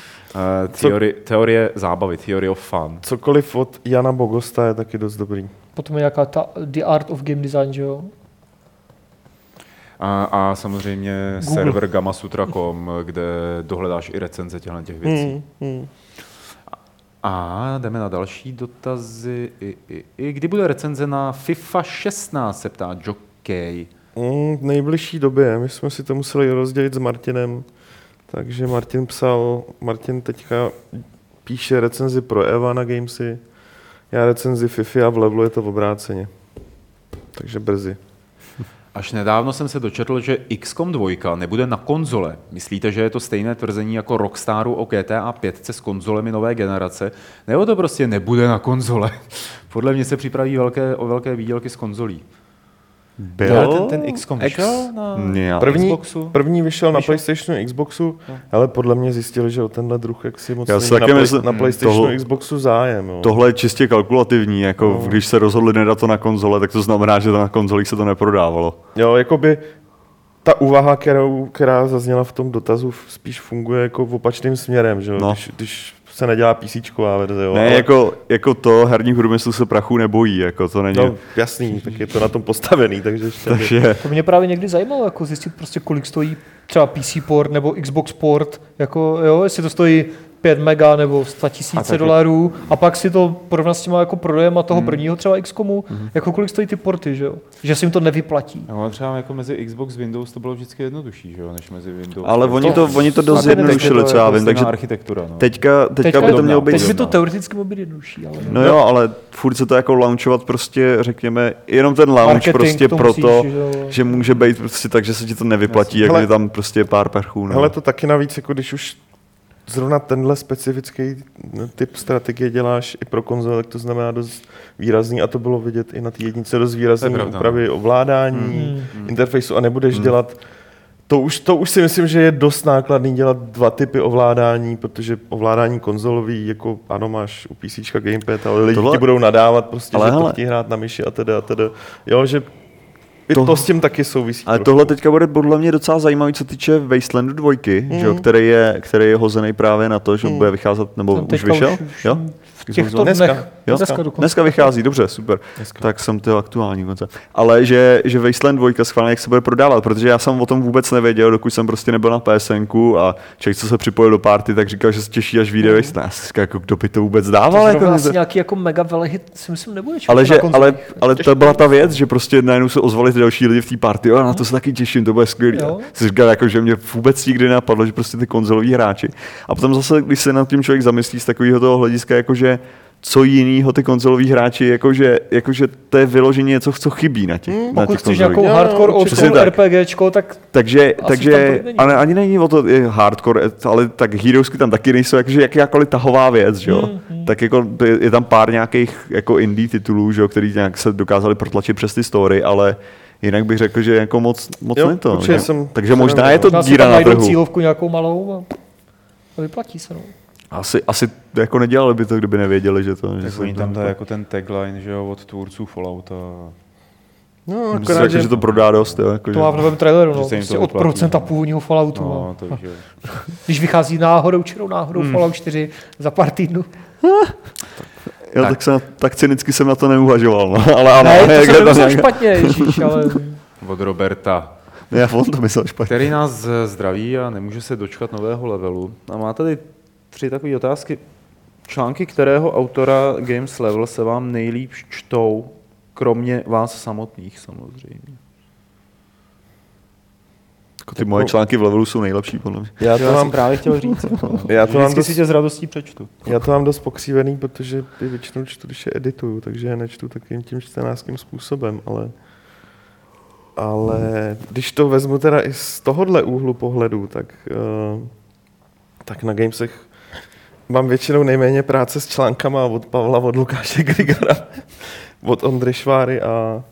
Teorie zábavy, Theory of Fun. Cokoliv od Jana Bogosta je taky dost dobrý. Potom je nějaká The Art of Game Design, že jo? A samozřejmě Google. Server gamasutra.com, kde dohledáš i recenze těch věcí. A jdeme na další dotazy. Kdy bude recenze na FIFA 16, se ptá Jockey. V nejbližší době. My jsme si to museli rozdělit s Martinem. Takže Martin teďka píše recenzi pro Eva na Gamesy, já recenzi FIFA a v Levelu je to v obráceně. Takže brzy. Až nedávno jsem se dočetl, že XCOM 2 nebude na konzole. Myslíte, že je to stejné tvrzení jako Rockstaru o GTA 5 s konzolemi nové generace? Nebo to prostě nebude na konzole? Podle mě se připraví velké výdělky z konzolí. Ten XCOM vyšel na Xboxu? První vyšel na PlayStationu a Xboxu, ale podle mě zjistili, že o tenhle druh jaksi moc na PlayStationu a Xboxu zájem. Jo. Tohle je čistě kalkulativní, jako když se rozhodli nedat to na konzole, tak to znamená, že na konzolích se to neprodávalo. Jo, jakoby ta úvaha, která zazněla v tom dotazu, spíš funguje jako v opačným směrem, že? No. Když se nedělá PCčková verze. Jo, ne, ale... jako to herní průmysl se prachu nebojí, jako to není. No jasný, tak je to na tom postavený, takže To mě právě někdy zajímalo, jako zjistit prostě, kolik stojí třeba PC port nebo Xbox port, jako jo, jestli to stojí 5 mega nebo $100,000 a pak si to porovnat s těma jako prodejem a toho prvního třeba XCOMu, jako kolik stojí ty porty, že jo? Že se jim to nevyplatí. No, třeba jako mezi Xbox Windows to bylo vždycky jednodušší, že jo, než mezi Windows. Ale oni to dost zjednodušili, co já vím, takže architektura, no. Teďka by to mělo být. Teď by to teoreticky mohlo být jednodušší, ale no jo, ale furt se to jako launchovat prostě, řekněme, jenom ten launch marketing prostě proto, že může být prostě tak, že se ti to nevyplatí, jak je tam prostě pár perchů. Hele, to taky navíc, jako když už zrovna tenhle specifický typ strategie děláš i pro konzole, tak to znamená dost výrazný, a to bylo vidět i na té jedničce, dost výrazný úpravy ovládání, interfejsu, a nebudeš dělat To už si myslím, že je dost nákladný dělat 2 typy ovládání, protože ovládání konzolový, jako ano, máš u PC gamepad, ale lidi ti budou nadávat prostě, že to chtějí hrát na myši a teda. Jo, že to s tím taky souvisí. Ale tohle teďka bude podle mě docela zajímavý, co týče Wastelandu 2, že, který je hozený právě na to, že bude vycházet, nebo už vyšel? Jo? V těchto dnech. Dneska vychází, dobře, super. Tak jsem to aktuální koncept. Ale že Wasteland 2 schválně jak se bude prodávat, protože já jsem o tom vůbec nevěděl, dokud jsem prostě nebyl na PSNku a člověk, co se připojil do party, tak říkal, že se těší, až vyjde Wasteland. Jako kdo by to vůbec dával? To asi nějaký jako mega velehit, si myslím, nebude. Ale to byla ta věc, že prostě najednou se ozvali ty další lidi v té party, jo, na to se taky těším, to bude skvělý. Jsi říkal, jako, že mě vůbec nikdy nenapadlo, že prostě ty konzoloví hráči. A potom zase, když se nad tím člověk zamyslí z takového toho hlediska, jakože co jinýho ty konzoloví hráči, jakože to je vyloženě něco, co chybí na těch konzolích. Pokud chceš nějakou hardcore old school RPGčko, tak takže ale ani není o to hardcore, ale tak heroesky tam taky nejsou, jakože jakákoliv tahová věc, že jo. Tak jako je tam pár nějakých jako indie titulů, že jo, který nějak se dokázali protlačit přes ty story, ale jinak bych řekl, že jako moc není to. Takže možná je to díra na trhu. Cílovku nějakou malou a vyplatí se. No. Asi jako nedělali by to, kdyby nevěděli, že to... Tak oni tam dá jako ten tagline, že jo, od tvůrců Fallouta. No, akorát, že to prodá dost, jo. Jako, to má v novém traileru, no, prostě od procenta původního Falloutu. No, takže... Když vychází náhodou Fallout 4 za pár týdnů. Jo, tak cynicky jsem na to neuvažoval, no. Ale ano. Ne, to jsem myslel špatně, ježíš, ale... Od Roberta. Já on to myslel špatně. Který nás zdraví a nemůže se dočkat nového levelu. A má tady 3 takové otázky. Články kterého autora Games Level se vám nejlíp čtou, kromě vás samotných samozřejmě? Jako ty moje články v Levelu jsou nejlepší, podle mě. Já jsem právě chtěl říct. Vždycky si tě s radostí přečtu. Já to mám dost pokřívený, protože ty většinou čtu, když je edituju, takže já nečtu takým tím čtenářským způsobem, ale když to vezmu teda i z tohohle úhlu pohledu, tak na Gamesech mám většinou nejméně práce s článkama od Pavla, od Lukáše Grigara, od Ondry Šváry a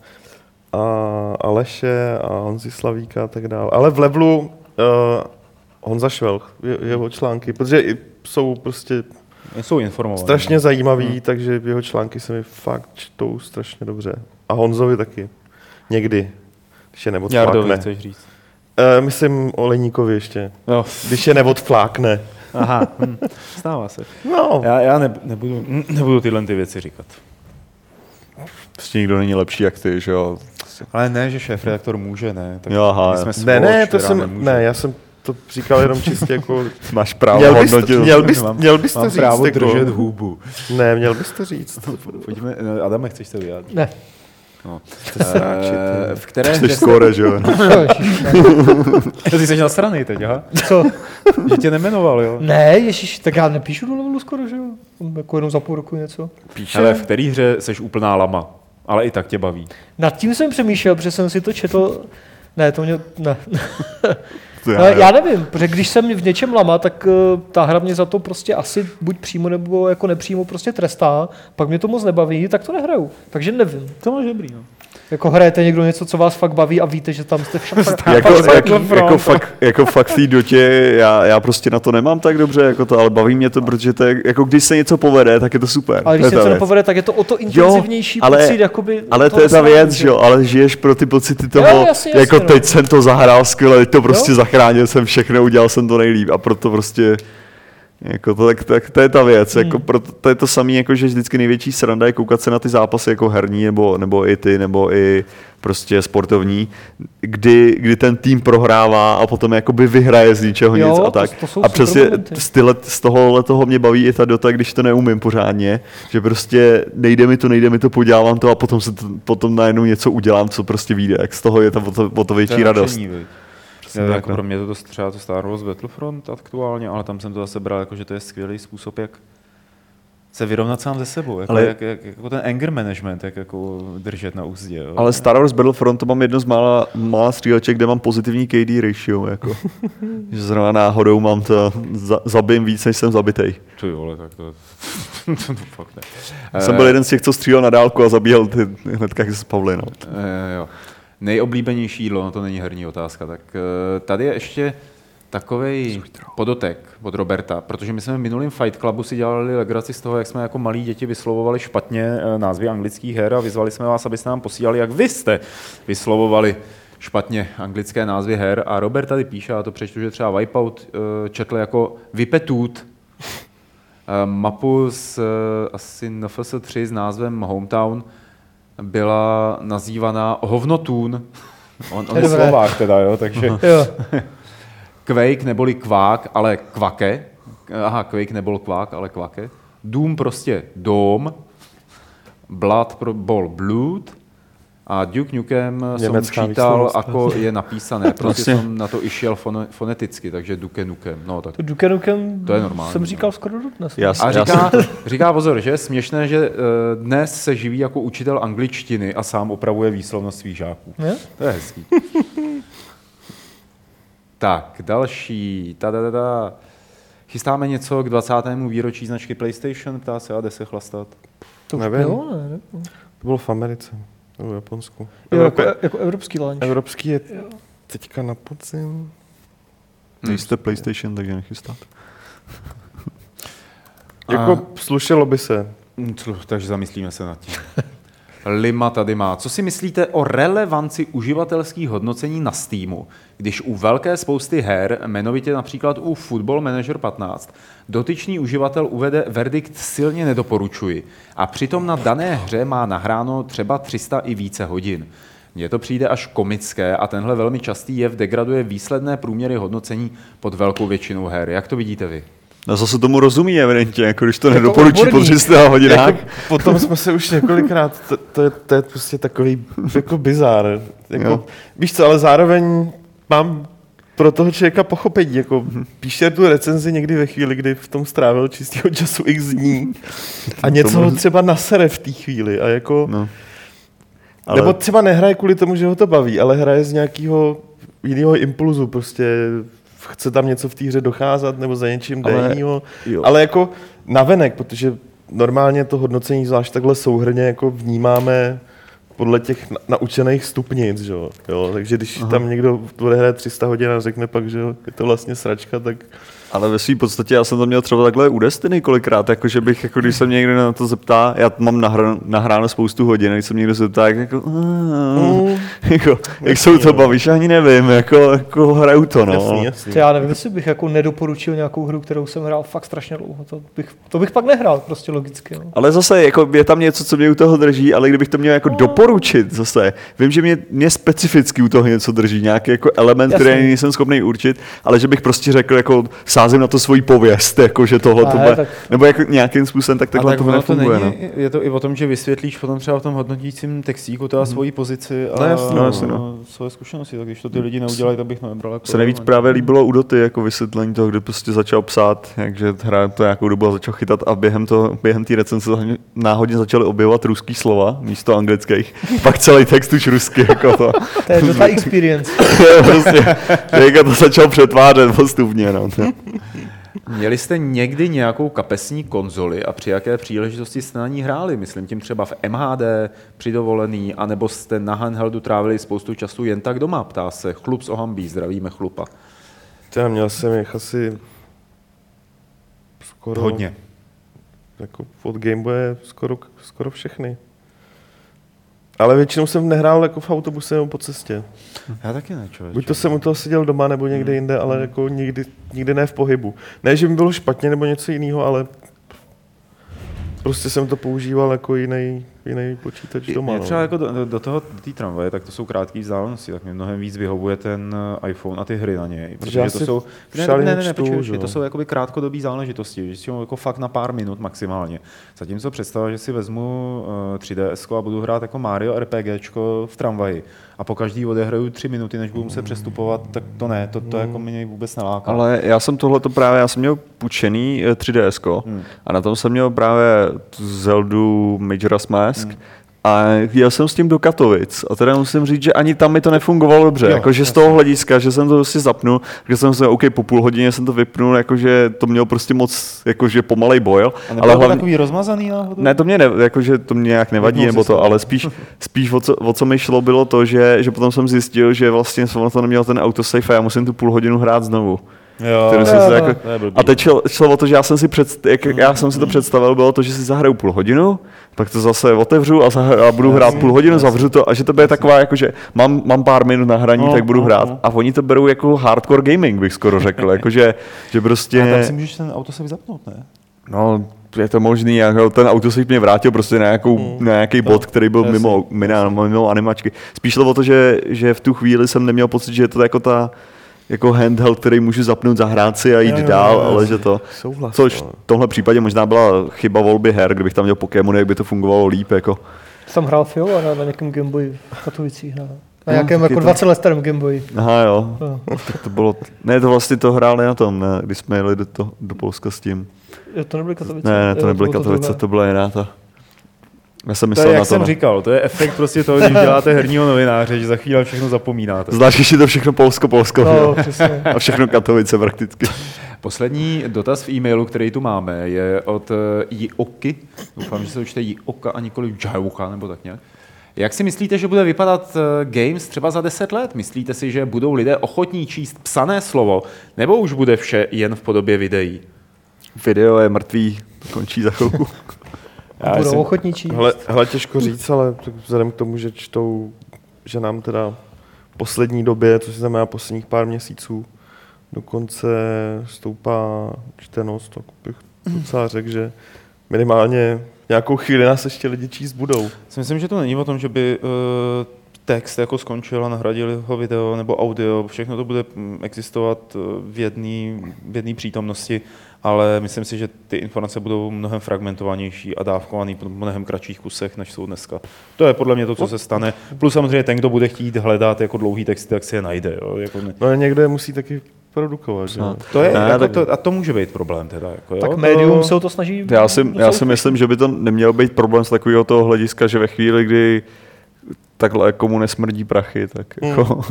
Aleše a Honzi Slavíka a tak dále. Ale v Levelu Honza Švelch, jeho články, protože jsou prostě strašně zajímavý, takže jeho články se mi fakt čtou strašně dobře. A Honzovi taky. Někdy, když je neodflákne. Jardovi chceš říct? Myslím Olejníkovi ještě. Jo. Když je neodflákne. Aha, stává se. No. Já nebudu tyhle ty věci říkat. Prostě nikdo není lepší jak ty, že jo. Ale ne, že šéfredaktor může, ne. Tak jo, aha, já jsem to říkal jenom čistě jako... Máš právo hodnotit. Měl bys to říct. Mám právo držet hubu. Ne, měl bys to říct. Pojďme, Adame, chceš se vyjádřit? Ne. No. V které hře skóre, že jo? Ty jsi nasranej teď, aha? Co? Že tě nemenoval, jo? Ne, ježiš, tak já nepíšu do Levelu skoro, že jo? Jako jenom za půl roku něco. Píše? Ale v které hře seš úplná lama, ale i tak tě baví. Nad tím jsem přemýšlel, protože jsem si to četl. Ne, to mě... Ne. Já nevím, protože když jsem v něčem lama, tak ta hra mě za to prostě asi buď přímo nebo jako nepřímo prostě trestá, pak mě to moc nebaví, tak to nehraju. Takže nevím. To máš dobrý, no. Jako hrajete někdo něco, co vás fakt baví a víte, že tam jste však jako fakt v té dotě, já prostě na to nemám tak dobře, jako to, ale baví mě to, protože to je, jako když se něco povede, tak je to super. Ale když se něco nepovede, tak je to o to intenzivnější pocit, jakoby... Ale to je ta věc, že jo, ale žiješ pro ty pocity toho, jako teď jsem to zahrál skvěle, teď to prostě zachránil jsem všechno, udělal jsem to nejlíp a proto prostě... Jako to je ta věc, jako to je to samé, jako že vždycky největší sranda je koukat se na ty zápasy jako herní, nebo i prostě sportovní, kdy ten tým prohrává a potom jakoby vyhraje z ničeho nic a tak. A přesně z toho mě baví i ta Dota, když to neumím pořádně, že prostě nejde mi to, podělám to a potom najednou něco udělám, co prostě vyjde, jak z toho je o to větší radost. Jako pro mě to třeba to Star Wars Battlefront aktuálně, ale tam jsem to zase bral, jako, že to je skvělý způsob, jak se vyrovnat sám ze sebou, jako, jako ten anger management, jak jako držet na úzdě. Jo. Ale Star Wars Battlefront to mám jedno z mála stříleček, kde mám pozitivní KD ratio, jako. Že zrovna náhodou mám to, zabijím víc, než jsem zabitej. To jo, tak to fakt ne. Jsem byl jeden z těch, co střílel na dálku a zabíjel ty hnedka z Pavly, no. Jo. Nejoblíbenější jídlo, no to není herní otázka. Tak tady je ještě takovej podotek od Roberta, protože my jsme v minulém Fight Clubu si dělali legraci z toho, jak jsme jako malí děti vyslovovali špatně názvy anglických her a vyzvali jsme vás, abyste nám posílali, jak vy jste vyslovovali špatně anglické názvy her. A Robert tady píše, a to přečtu, že třeba Wipeout četl jako Vipetut, mapu z asi NFS 3 s názvem Hometown byla nazývaná Hovnotun. On je Slovák teda, jo, takže Quake neboli kvák, ale kvake. Aha, Quake nebol kvák, ale kvake. Doom prostě dóm. Blood bol blood. A Duke Nukem jsem čítal, jako je napísané. Prostě jsem na to išel foneticky, takže Duke Nukem. No, tak Duke Nukem to je normální. Jsem říkal skoro dnes. A říká pozor, že je směšné, že dnes se živí jako učitel angličtiny a sám opravuje výslovnost svých žáků. Je? To je hezký. Tak, další. Chystáme něco k 20. výročí značky PlayStation? Ptá se, a jde se chlastat? To už bylo, ne? To bylo v Americe. Nebo v Japonsku. Jako evropský launch. Evropský je teďka na podzim. Nejste PlayStation, takže nechystáte. Jako slušelo by se. Takže zamyslíme se nad tím. Lima tady má. Co si myslíte o relevanci uživatelských hodnocení na Steamu, když u velké spousty her, jmenovitě například u Football Manager 15, dotyčný uživatel uvede verdikt silně nedoporučuji a přitom na dané hře má nahráno třeba 300 i více hodin. Mně to přijde až komické a tenhle velmi častý jev degraduje výsledné průměry hodnocení pod velkou většinou her. Jak to vidíte vy? No zase tomu rozumí evidentně, jako když to nedoporučí po 300 hodinách. Jako, potom jsme se už několikrát, to je prostě takový jako bizár. Jako, víš co, ale zároveň mám pro toho člověka pochopení. Jako, píše tu recenzi někdy ve chvíli, kdy v tom strávil čistého času x dní a něco ho třeba nasere v té chvíli. A jako, ale... Nebo třeba nehraje kvůli tomu, že ho to baví, ale hraje z nějakého jiného impulzu. Prostě chce tam něco v té hře docházet nebo za něčím jinýho. Ale jako navenek, protože normálně to hodnocení zvlášť takhle souhrnně jako vnímáme podle těch naučených stupnic, že jo. Takže když tam někdo odehraje 300 hodin a řekne pak, že je to vlastně sračka, tak... Ale ve své podstatě já jsem to měl třeba takhle u Destiny kolikrát, jakože bych, jako když se mě někdo na to zeptá, já mám nahráno spoustu hodin, když se mě někdo zeptá, jako jak se to bavíš, ani nevím, jako hraju to, no. Jasný. Já nevím, jestli bych jako nedoporučil nějakou hru, kterou jsem hrál fakt strašně dlouho, to bych pak nehrál, prostě logicky. No. Ale zase, jako je tam něco, co mě u toho drží, ale kdybych to měl jako doporučit zase, vím, že mě specificky u toho něco drží, nějaký jako element, který nejsem schopný určit, ale že bych prostě řekl, jako sázím na to svoji pověst, jako že tohle to bude, nebo jako nějakým způsobem, takhle to nefunguje. To není, je to i o tom, že vysvětlíš potom třeba v tom hodnotícím textíku teda svoji pozici a svoje zkušenosti, tak když to ty lidi neudělají, tak bych nebral. Jako se nejvíc právě líbilo u Doty, jako vysvětlení toho, kdy prostě začal psát, takže hraje to nějakou dobu a začal chytat a během té recenze náhodně začaly objevovat ruský slova místo anglických. Pak celý text už rusky, jako to. To je ta experience. Prostě, to začal přetvářet postupně, no. Měli jste někdy nějakou kapesní konzoli a při jaké příležitosti jste na ní hráli? Myslím tím třeba v MHD, při dovolený, anebo jste na handheldu trávili spoustu času jen tak doma, ptá se Chlup z Ohambí, zdravíme Chlupa. Měl jsem jich asi skoro... Hodně. Jako od Gameboye skoro všechny. Ale většinou jsem nehrál jako v autobuse nebo po cestě. Já taky ne, člověče. Buď to jsem u toho seděl doma, nebo někde jinde, ale jako nikdy ne v pohybu. Ne, že mi bylo špatně nebo něco jiného, ale prostě jsem to používal jako jiný počítač doma. Třeba jako do té tramvaje, tak to jsou krátké vzdálenosti, tak mě mnohem víc vyhovuje ten iPhone a ty hry na něj. Protože to jsou to jsou jakoby krátkodobý záležitosti, že jako fakt na pár minut maximálně. Zatímco představa, že si vezmu 3DS a budu hrát jako Mario RPGčko v tramvaji a po každý odehraju 3 minuty, než budu muset přestupovat, tak to ne, to jako mě vůbec neláká. Ale já jsem měl půjčený 3DS a na tom jsem měl právě Zeldu Majora's Mask a A jel jsem s tím do Katovic a teda musím říct, že ani tam mi to nefungovalo dobře, jakože z toho hlediska, že jsem to si zapnul, že jsem si, OK, po půl hodině jsem to vypnul, jakože to mělo prostě moc, jakože pomalej bojel. Ale hlavně takový rozmazaný náhodou? Ne, jakože to mě nějak nevadí, nebo to, ale spíš o co mi šlo, bylo to, že potom jsem zjistil, že vlastně jsem to neměl ten autosave a já musím tu půl hodinu hrát znovu. A teď šlo o to, že já jsem si to představil, bylo to, že si zahraju půl hodinu, pak to zase otevřu a budu hrát půl hodinu, zavřu to a že to bude taková, jakože mám pár minut na hraní, tak budu hrát. A oni to berou jako hardcore gaming, bych skoro řekl, jakože že prostě... A tam si můžeš ten autosave zapnout, ne? No, je to možný, jako ten autosave mě vrátil prostě na nějaký bod, který byl mimo animačky. Spíš šlo o to, že v tu chvíli jsem neměl pocit, že je to jako jako handheld, který můžu zapnout, zahrát si a jít dál, ale že to, což v tomhle případě možná byla chyba volby her, kdybych tam měl Pokémony, jak by to fungovalo líp, jako. Jsem hrál Fiola na nějakém Gameboy v Katovicích, na nějakém jako 20 let starém Gameboy. Aha jo, tak to bylo, ne, to vlastně to hráli na tom, ne, když jsme jeli do Polska s tím. Jo, to nebyly Katovice. Ne, to nebyly Katovice, to byla jiná ta. Já jsem to je, jak jsem říkal, to je efekt prostě toho, když děláte herního novináře, že za chvíli všechno zapomínáte. Zvlášť, když je to všechno Polsko, no, a všechno Katovice prakticky. Poslední dotaz v e-mailu, který tu máme, je od Jioky. Doufám, že se to čte Jioka a nikoli Jioka, nebo tak nějak. Jak si myslíte, že bude vypadat Games třeba za 10 let? Myslíte si, že budou lidé ochotní číst psané slovo, nebo už bude vše jen v podobě videí? Video je mrtvý, končí za chvilku. Budou ochotní číst. Hele, těžko říct, ale vzhledem k tomu, že čtou, že nám teda v poslední době, co si znamená posledních pár měsíců, dokonce stoupá čtenost, tak bych docela řekl, že minimálně nějakou chvíli nás ještě lidi číst budou. Myslím, že to není o tom, že by text jako skončil a nahradili ho video nebo audio, všechno to bude existovat v jedné přítomnosti, ale myslím si, že ty informace budou mnohem fragmentovanější a dávkovaný v mnohem kratších kusech, než jsou dneska. To je podle mě to, co se stane. Plus samozřejmě ten, kdo bude chtít hledat jako dlouhý texty, tak si je najde. Jo? Jako no a někdo je musí taky produkovat, že? To je, jako a to může být problém teda. Jako, jo? Tak médium se o to snaží. Já si myslím, že by to neměl být problém z takového toho hlediska, že ve chvíli, kdy takhle komu nesmrdí prachy, tak jako...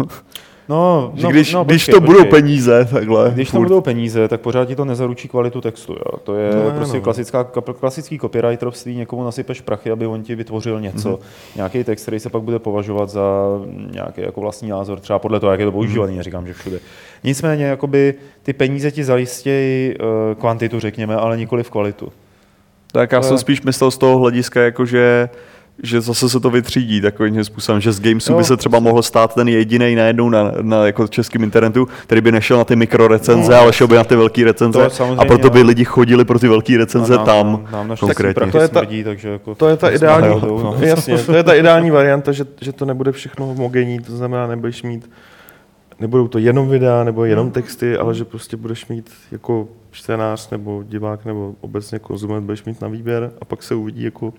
Když to budou peníze, takhle. Když to budou peníze, tak pořád ti to nezaručí kvalitu textu. Jo. To je prostě klasický copywriterovství, někomu nasypeš prachy, aby on ti vytvořil něco, nějaký text, který se pak bude považovat za nějaký jako vlastní názor, třeba podle toho, jak je to používaný, neříkám, že všude. Nicméně jakoby, ty peníze ti zajistějí kvantitu, řekněme, ale nikoli v kvalitu. Tak já jsem spíš myslel z toho hlediska, jakože že zase se to vytřídí takovým způsobem, že z Gamesu by se třeba mohl stát ten jedinej najednou na jako českém internetu, který by nešel na ty mikrorecenze, ale šel by na ty velké recenze a proto by lidi chodili pro ty velké recenze tam konkrétně. To je ta ideální, jasně, to je ta ideální varianta, že to nebude všechno homogenní, to znamená, nebudou to jenom videa nebo jenom texty, ale že prostě budeš mít jako čtenář nebo divák nebo obecně konzument, budeš mít na výběr a pak se uvidí jako...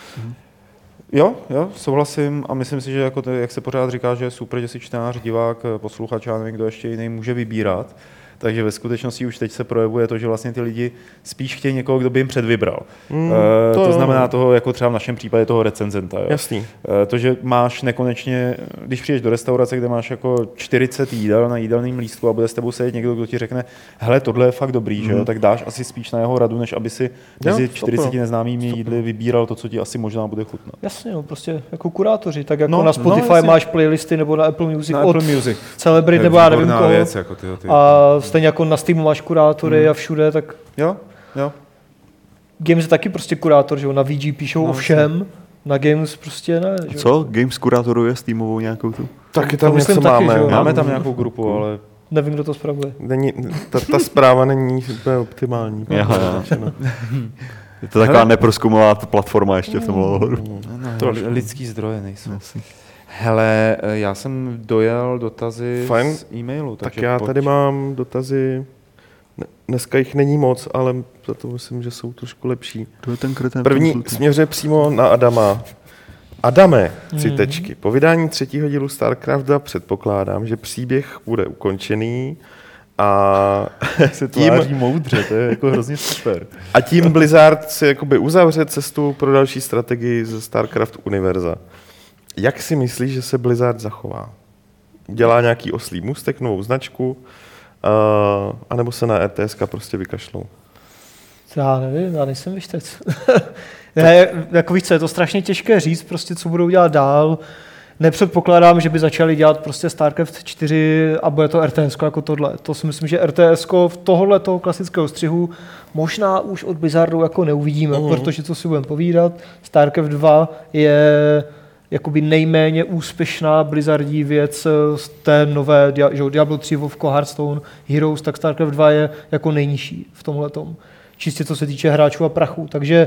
Jo, souhlasím a myslím si, že jako to, jak se pořád říká, že je super, že si čtenář, divák, posluchač, já nevím, kdo ještě jiný může vybírat. Takže ve skutečnosti už teď se projevuje to, že vlastně ty lidi spíš chtějí někoho, kdo by jim předvybral. To znamená toho, jako třeba v našem případě toho recenzenta. Jo. Jasný. To, že máš nekonečně, když přijdeš do restaurace, kde máš jako 40 jídel na jídelném lístku a bude s tebou sedět někdo, kdo ti řekne, hele, tohle je fakt dobrý, že jo, tak dáš asi spíš na jeho radu, než aby si mezi 40 neznámými jídly vybíral to, co ti asi možná bude chutnat. Jasně, no, prostě jako kurátoři, tak jako na Spotify máš playlisty nebo na Apple Music od celebrit nebo já nevím koho. Věc, jako stejně jako na Steamu máš kurátory a všude, tak... Jo. Games je taky prostě kurátor, že jo, na VG píšou o všem, na Games prostě ne, že jo. Co? Games kurátoruje Steamovou nějakou tu? Taky tam něco taky, máme. Máme tam nějakou grupu, ale... Nevím, kdo to spravuje. Ta zpráva není úplně optimální. Je to taková neprozkoumová platforma ještě v tomhle ohledu. Lidský zdroje nejsou. Hele, já jsem dojel dotazy z e-mailu. Tak já tady mám dotazy, dneska jich není moc, ale za to myslím, že jsou trošku lepší. To je ten kretén. První směřuje přímo na Adama. Adame, 3 tečky. Po vydání 3. dílu StarCrafta předpokládám, že příběh bude ukončený A se tváří moudře, to je jako hrozně super. A tím Blizzard si jakoby uzavře cestu pro další strategii ze StarCraft univerza. Jak si myslíš, že se Blizzard zachová? Dělá nějaký oslý můstek, novou značku, anebo se na RTSka prostě vykašlou? Já nevím, já nejsem vyštec. Ne, jako víš co, je to strašně těžké říct, prostě co budou dělat dál. Nepředpokládám, že by začali dělat prostě StarCraft 4 a bude to RTS jako tohle. To si myslím, že RTS v tohoto klasického střihu možná už od Blizzardu jako neuvidíme, protože co si budeme povídat, StarCraft 2 je jakoby nejméně úspěšná Blizzardí věc z té nové Diablo 3, WoW, Hearthstone, Heroes, tak StarCraft 2 je jako nejnižší v tomhletom. Čistě co se týče hráčů a prachu. Takže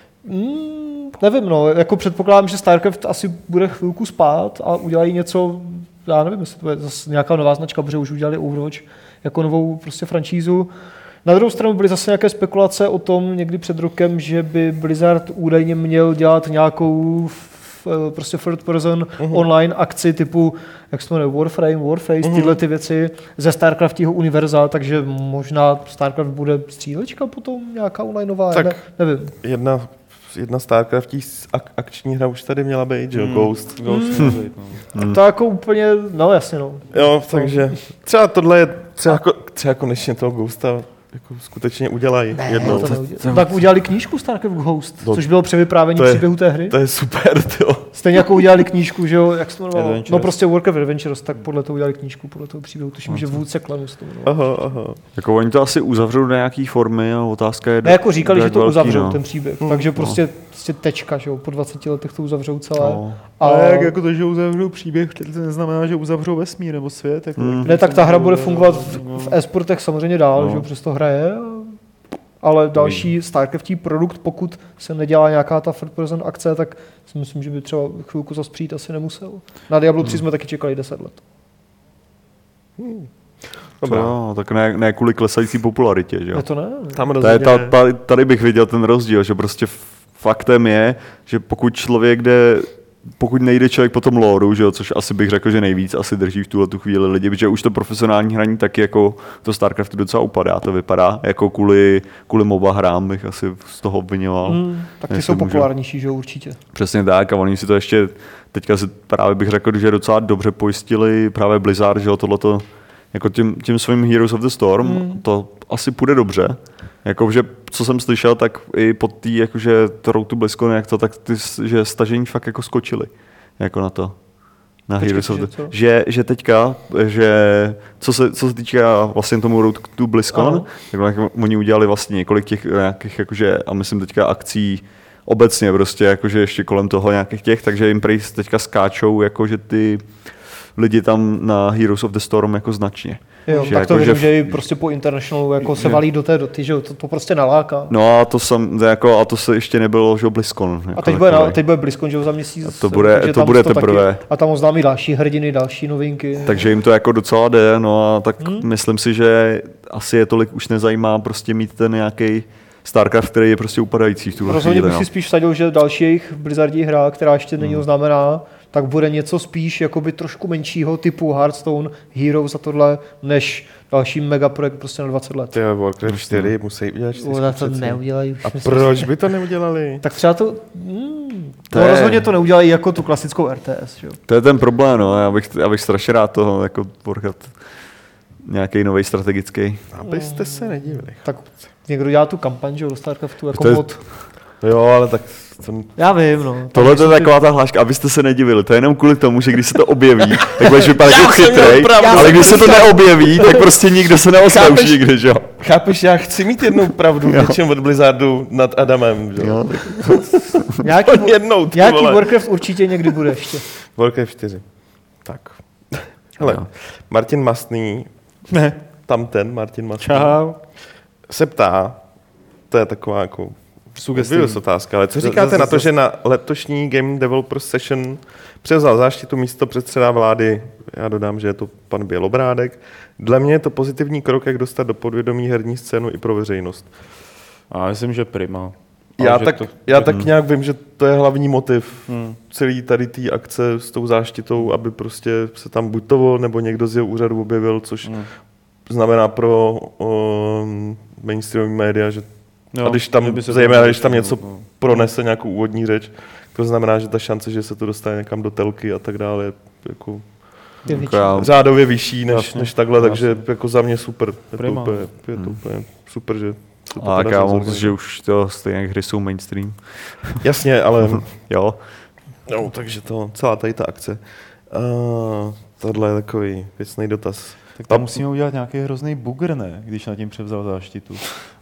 nevím, no, jako předpokládám, že StarCraft asi bude chvilku spát a udělají něco, já nevím, jestli to je zase nějaká nová značka, protože už udělali Overwatch jako novou prostě franšízu. Na druhou stranu byly zase nějaké spekulace o tom někdy před rokem, že by Blizzard údajně měl dělat nějakou prostě third person online akci typu, jak se to jmenuje, Warframe, Warface, tyhle ty věci ze StarCraftího univerza, takže možná StarCraft bude střílečka potom nějaká onlineová, tak nevím. Jedna StarCraftí akční hra už tady měla být, že jo? Ghost. To jako úplně, no jasně no. Jo, takže třeba tohle je, třeba konečně toho Ghosta jako skutečně udělají jednou. Tak udělali knížku StarCraft Ghost, což bylo převyprávění příběhu té hry. To je super, jo. Stejně jako udělali knížku, že jo, jak se to jmenovalo? No prostě Warcraft Adventures, tak podle toho udělali knížku, podle toho příběhu, tuším, že Vůdce klanu se to jmenovalo. Aha. Jako oni to asi uzavřou do nějaký formy a otázka je... Ne, jako říkali, že to velký, uzavřou, ten příběh, takže prostě tečka, že jo, po 20 letech to uzavřou celé. Ale jako to, že uzavřou příběh, to neznamená, že uzavřou vesmír nebo svět. Jako ne, tak ta hra bude fungovat v e-sportech samozřejmě dál, že jo, přesto hraje, ale další StarCraftí produkt, pokud se nedělá nějaká ta third person akce, tak si myslím, že by třeba chvilku zas přijít asi nemusel. Na Diablo 3 jsme taky čekali 10 let. No, tak ne kvůli klesající popularitě, že jo? To ne. Tady bych viděl ten rozdíl, že prostě faktem je, že pokud nejde člověk po tom lóru, že jo, což asi bych řekl, že nejvíc asi drží v tu chvíli lidi, protože už to profesionální hraní taky jako to StarCraftu docela upadá, to vypadá jako kvůli MOBA hrám bych asi z toho obvinoval. Tak ty jsou populárnější, že jo, určitě. Přesně tak a oni si to ještě, teďka si právě bych řekl, že docela dobře pojistili právě Blizzard, že jo, tohleto, jako tím svým Heroes of the Storm, to asi půjde dobře. Jakože, co jsem slyšel, tak i pod tý, jakože to Road to BlizzCon, jak to, tak že stažení fakt jako skočili. Jako na to. Na Heroes of the... Že teďka, že co se týká vlastně tomu Road to BlizzCon, tak oni udělali vlastně několik těch nějakých, jakože, a myslím teďka akcí obecně prostě, jakože ještě kolem toho nějakých těch, takže jim prý teďka skáčou, jakože ty lidi tam na Heroes of the Storm jako značně. Jo, tak to věřím, že prostě po Internationalu jako se valí do té doty, že to prostě naláká. No a to se ještě nebylo, že BlizzCon. Jako a teď bude BlizzCon, že za měsíc. A to bude teprve. Taky, a tam oznámí další hrdiny, další novinky. Takže jim to jako docela jde, no a tak myslím si, že asi je tolik už nezajímá prostě mít ten nějaký StarCraft, který je prostě upadající v tuhle chvíli. Rozhodně bych si spíš vsadil, že další jejich Blizzardí hra, která ještě není oznámená, tak bude něco spíš jakoby trošku menšího typu Hearthstone, Heroes a tohle, než další megaprojekt prostě na 20 let. Warcraft 4 musí udělat 4. To neudělají. A proč by to neudělali? Tak třeba to... rozhodně to neudělají jako tu klasickou RTS. Že? To je ten problém, no. Já bych strašně rád toho jako Warcraft nějaký nový strategický. Abyste se nedivili. Tak někdo dělá tu kampaň, že do StarCraftu jako mod. Jo, ale tak... Já vím, no. Tohle je taková ta hláška, abyste se nedivili. To je jenom kvůli tomu, že když se to objeví, tak budeš vypadat jako chytrej, ale když se to neobjeví, tak prostě nikdo se neozve už nikdy, že jo. Chápeš, já chci mít jednou pravdu v něčem od Blizzardu nad Adamem, že jo. Nějaký Warcraft určitě někdy bude ještě. Warcraft 4. Tak. Hele, Martin Mastný, Martin Mastný, se ptá, to je taková jako otázka, ale co říkáte na to, že na letošní Game Developers Session převzal záštitu místo předseda vlády, já dodám, že je to pan Bělobrádek. Dle mě je to pozitivní krok, jak dostat do podvědomí herní scénu i pro veřejnost. A myslím, že prima. Já tak nějak vím, že to je hlavní motiv celý tady té akce s tou záštitou, aby prostě se tam buď to nebo někdo z jeho úřadu objevil, což znamená pro mainstreamový média, že Jo, a když tam, by se zejména když tam něco pronese, nějakou úvodní řeč, to znamená, že ta šance, že se to dostane někam do telky a tak dále, je jako Je větší. řádově vyšší Jasně, než takhle, jasně. takže jako za mě super. Je to Prima. úplně super, že se to A podařilo já mám zorganizovat. pocit, že už to stejně hry jsou mainstream. Jasně, ale Jo. no, takže to celá tady ta akce. Tohle je takový věcný dotaz. Tak tam musíme udělat nějaký hrozný bugr, ne? Když nad tím převzal záštitu.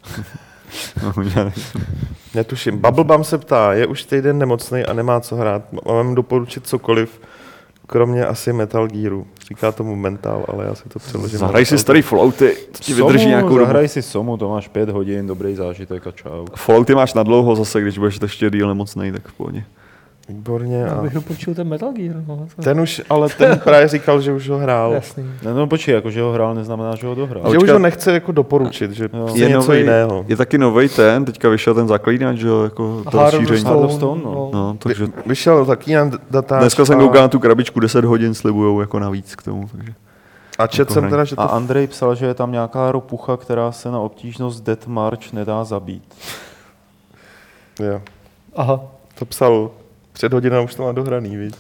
Netuším. Bubblebum se ptá, je už týden nemocnej a nemá co hrát. Mám doporučit cokoliv, kromě asi Metal Gearu. Říká tomu Mental, ale já si to přeložím. Zahraj si starý Fallouty, to ti vydrží nějakou dobu. Zahraj si Somu, to máš 5 hodin, dobrý zážitek a čau. Fallouty máš na dlouho zase, když budeš ještě díl nemocnej, tak v pohodě. Výborně. Já A bych doporučil ten Metal Gear. No, to... ten už, ale ten právě říkal, že už ho hrál. Jasný. No počkej, jako že ho hrál, neznamená, že ho dohrál. Že už ho nechce jako doporučit, že je něco novej, jiného. Je taky novej ten, teďka vyšel ten zaklínač, že jo, jako to rozšíření. Heart of Stone, no. No, takže Vyšel taky na datáž. dneska jsem koukal na tu krabičku, 10 hodin slibujou jako navíc k tomu, takže. A četl jsem teda, že A to... Andrej psal, že je tam nějaká ropucha, která se na obtížnost Death March nedá zabít. Jo. Aha. To psal před hodinou, už to má dohraný, víš.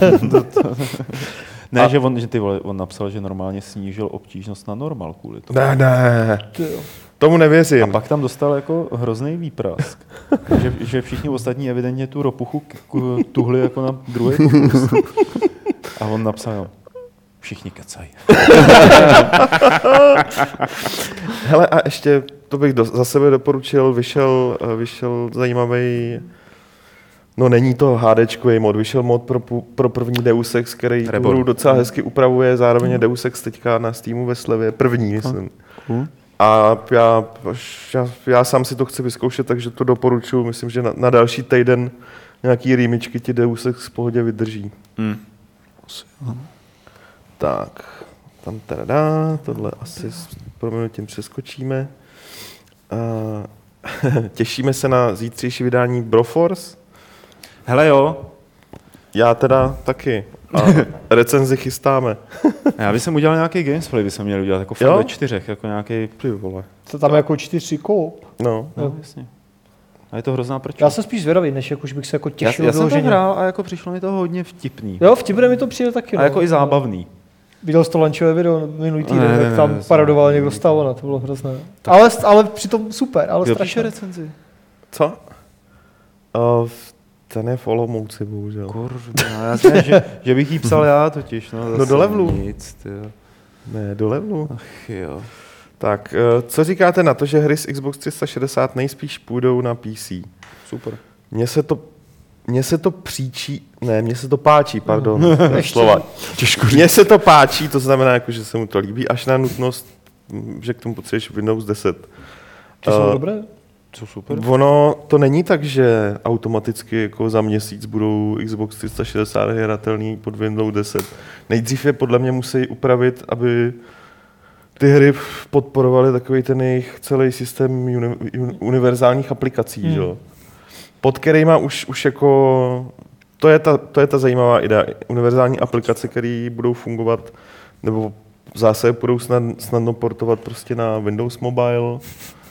Ne, že on napsal, že normálně snížil obtížnost na normal kvůli tomu. Ne. Ty jo. Tomu A nevěřím. pak tam dostal jako hrozný výprask, že všichni ostatní evidentně tu ropuchu tuhli jako na druhý pokus. A on napsal, všichni kecají. Hele, a ještě, to bych za sebe doporučil, vyšel zajímavý, no není to HDčkový mod, vyšel mod pro první Deus Ex, který tu hru docela hezky upravuje, zároveň je Deus Ex teďka na Steamu ve slevě, první, myslím. A já sám si to chci vyzkoušet, takže to doporučuji, myslím, že na další týden nějaký rýmičky ti Deus Ex v pohodě vydrží. Tak, tam teda, tohle asi s proměnutím přeskočíme. Těšíme se na zítřejší vydání Broforce. Hele jo, Já teda taky. A recenzi chystáme. já bych udělal nějaký gamesplay, bychom měli udělat jako Jo? ve 4, jako nějaký. Ty vole. To tam je jako 4 koop. No. No, jasně. A je to hrozná prča. Já jsem spíš zvědavý, než jak už bych se jako těšil. Já jsem to vyloženě. hrál a jako přišlo mi to hodně vtipný. Jo, vtipné mi to přijde taky. A jako i zábavný. Viděl jsi to lančové video minulý týden, Ne, jak tam ne, paradoval někdo Stallone, to bylo hrozné. Ale přitom super, ale Kdo strašně. píše recenzi? Co? Ten je v Olomouci, bohužel. Kurva, já si že bych jí psal já totiž. No, No do levelu. Nic, tyjo. Ne, do levelu. Ach jo. Tak, co říkáte na to, že hry z Xbox 360 nejspíš půjdou na PC? Super. Mně se to páčí, pardon, slova. Mně se to páčí, to znamená, jako, že se mu to líbí, až na nutnost, že k tomu potřebuješ Windows 10. To jsou dobré? Co super? Ono to není tak, že automaticky jako za měsíc budou Xbox 360 hratelný pod Windows 10. Nejdřív je podle mě musí upravit, aby ty hry podporovaly takový ten jejich celý systém univerzálních aplikací, že? Pod kterýma už jako, to je ta zajímavá idea, univerzální aplikace, které budou fungovat, nebo v zásadě budou snadno portovat prostě na Windows Mobile,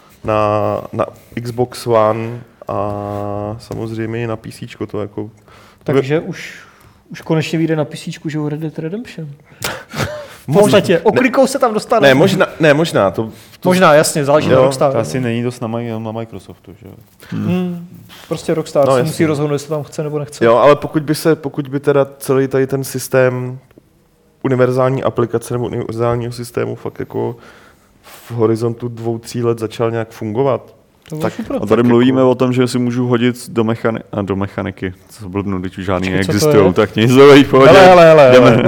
na Xbox One a samozřejmě i na PC. To jako... Takže už konečně vyjde na PC, že Red Dead Redemption. V podstatě, oklikou se tam dostane. Možná. Možná, jasně, záleží na Rockstar. To asi není dost na Microsoftu, že jo? Prostě Rockstar si musí rozhodnout, jestli tam chce nebo nechce. Jo, ale pokud by teda celý tady ten systém univerzální aplikace nebo univerzálního systému fakt jako v horizontu 2-3 let začal nějak fungovat. Tak, a tady mluvíme o tom, že si můžu hodit do mechaniky. Co blbnu, když už žádný neexistují, tak nic dobrý, v pohodě. Hele.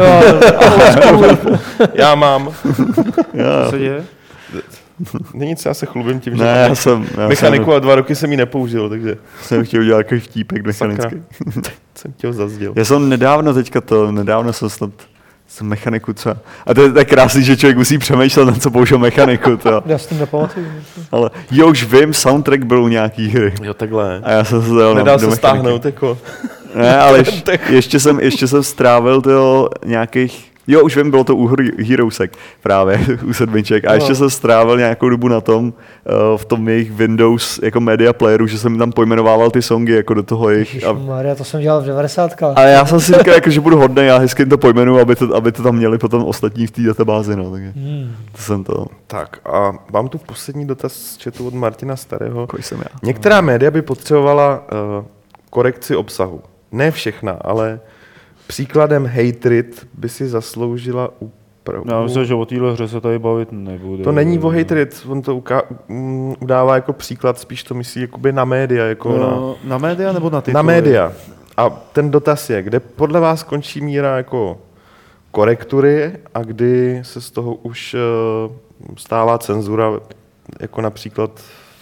Já mám. Co se děje? Nic, já se chlubím tím, že já mechaniku a 2 roky jsem ji nepoužil, takže... Jsem chtěl udělat takový vtípek mechanický. Jsem chtěl zazděl. Já jsem nedávno jsem snad mechaniku třeba. A to je krásný, že člověk musí přemýšlet, na co použil mechaniku. To. Já si tím nepamatuju. Ale už vím, soundtrack byl u nějaký hry. Jo, takhle. A já jsem se dal nedal se stáhnout, jako... Ne, ale ještě jsem strávil nějakých Jo, už vím, bylo to u Heroesek právě, u sedmiček. A ještě jsem strávil nějakou dobu na tom, v tom jejich Windows jako media playeru, že jsem tam pojmenovával ty songy jako do toho jejich. Maria, to jsem dělal v 90. A já jsem si říkal, jako, že budu hodnej, já hezky to pojmenuju, aby to tam měli potom ostatní v té databázi. No, takže to jsem to. Tak a mám tu poslední dotaz z chatu od Martina Starého. Jsem já. Některá média by potřebovala korekci obsahu. Ne všechna, ale příkladem Hatred by si zasloužila úpravu. Já myslím, že o téhle hře se tady bavit nebude. To není o Hatred, on to udává jako příklad, spíš to myslí jakoby na média. Jako na média nebo na tituly? Na média. A ten dotaz je, kde podle vás končí míra jako korektury a kdy se z toho už stává cenzura, jako například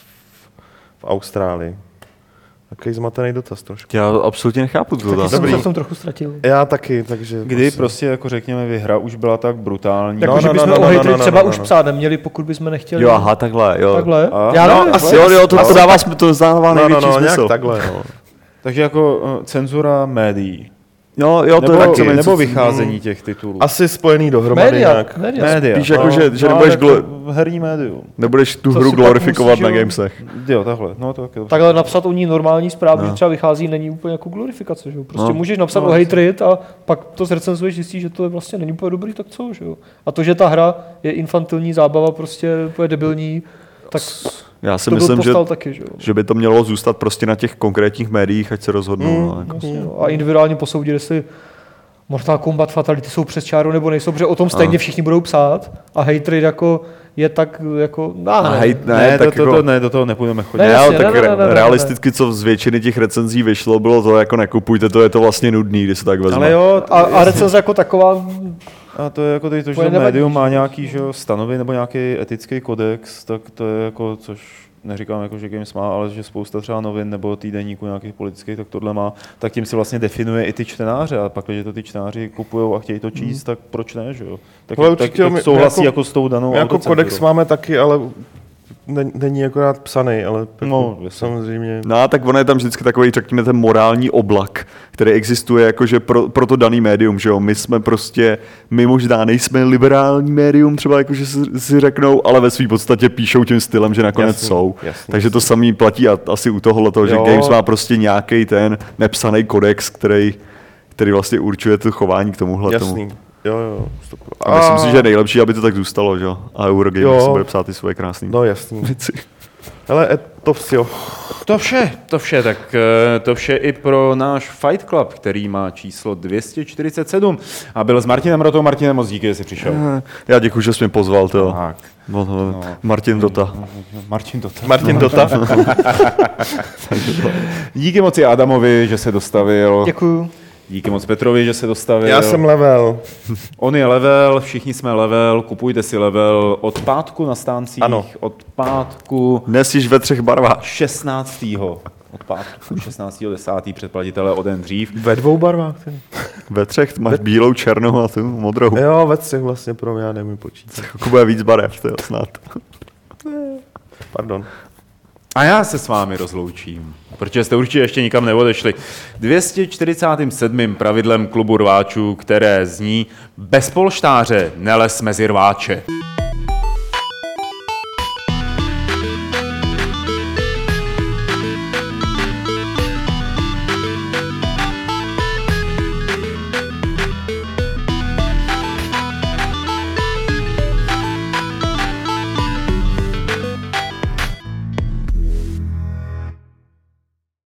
v Austrálii. Takový zmatený dotaz trošku. Já absolutně nechápu to. Taky jsem se v tom trochu ztratil. Já taky, takže... Kdy prostě, jako řekněme, hra už byla tak brutální. Jakože bychom o Hatred třeba už psát neměli, pokud bychom nechtěli. Jo, aha, takhle, jo. Takhle? Já nevím, asi Jo, to dává největší smysl. nějak takhle, no. Takže jako cenzura médií. Jo, to nebo, je taky nebo vycházení těch titulů. Asi spojený dohromady nějak. Média. Spíš jako, že nebudeš herní médium. Nebudeš tu Co hru si pak glorifikovat musíš, na jo? gamesech. Jo, takhle. No, to taky. Takhle napsat o ní normální zprávy, že třeba vychází, není úplně jako glorifikace, že jo? Prostě můžeš napsat o Hatred a pak to zrecenzuješ, zjistíš, že to je vlastně není úplně dobrý, tak co, že jo? A to, že ta hra je infantilní zábava, prostě úplně debilní, tak Já si to myslím, byl taky, že jo? že by to mělo zůstat prostě na těch konkrétních médiích, ať se rozhodnou. No, jako. Vlastně, no. A individuálně posoudit, jestli Mortal Kombat Fatality jsou přes čáru nebo nejsou, protože o tom stejně všichni budou psát a Hatred jako je tak jako... Do toho nepůjdeme chodit. Realisticky, co z většiny těch recenzí vyšlo, bylo to jako nekupujte to, je to vlastně nudný, když se tak vezme. Ale jo, a recenze jako taková... A to je jako to, že médium má nějaký stanovy nebo nějaký etický kodex, tak to je jako, což neříkám, jako, že Games má, ale že spousta třeba novin nebo týdeníků nějakých politických, tak tohle má, tak tím si vlastně definuje i ty čtenáře a pak, když to ty čtenáři kupujou a chtějí to číst, tak proč ne, že jo? Tak souhlasí jako s tou danou jako kodex máme taky, ale není akorát psaný, ale samozřejmě... No, tak ono je tam vždycky takový, řekněme, ten morální oblak, který existuje jakože pro to daný médium, že jo. My jsme prostě, my možná nejsme liberální médium, třeba jakože si řeknou, ale ve své podstatě píšou tím stylem, že nakonec jsou. Jasný. Takže to samý platí asi u tohohle, že Games má prostě nějaký ten nepsaný kodex, který vlastně určuje to chování k tomuhle. Jasný. Jo. A myslím si, že je nejlepší, aby to tak zůstalo, že jo? A Eurogamer si bude psát ty svoje krásné věci. Hele, to vše. To vše, tak to vše i pro náš Fight Club, který má číslo 247 a byl s Martinem Rotou. Martine, moc díky, že jsi přišel. Já děkuji, že jsi mě pozval, to. Martin Dota. Martin Dota. Díky moc i Adamovi, že se dostavil. Děkuju. Díky moc Petrovi, že se dostavil. Já jsem level. On je level, všichni jsme level, kupujte si level od pátku na stáncích. Ano. Od pátku. Dnes již ve 3 barvách. 16. Od pátku 16.10. předplatitele o den dřív. Ve 2 barvách. Ve 3 máš bílou, černou a tu modrou. Jo, ve 3 vlastně pro mě, já nevím počítat. Bude víc barev, to je snad. Pardon. A já se s vámi rozloučím, protože jste určitě ještě nikam neodešli. 247. pravidlem klubu rváčů, které zní: bez polštáře nelez mezi rváče.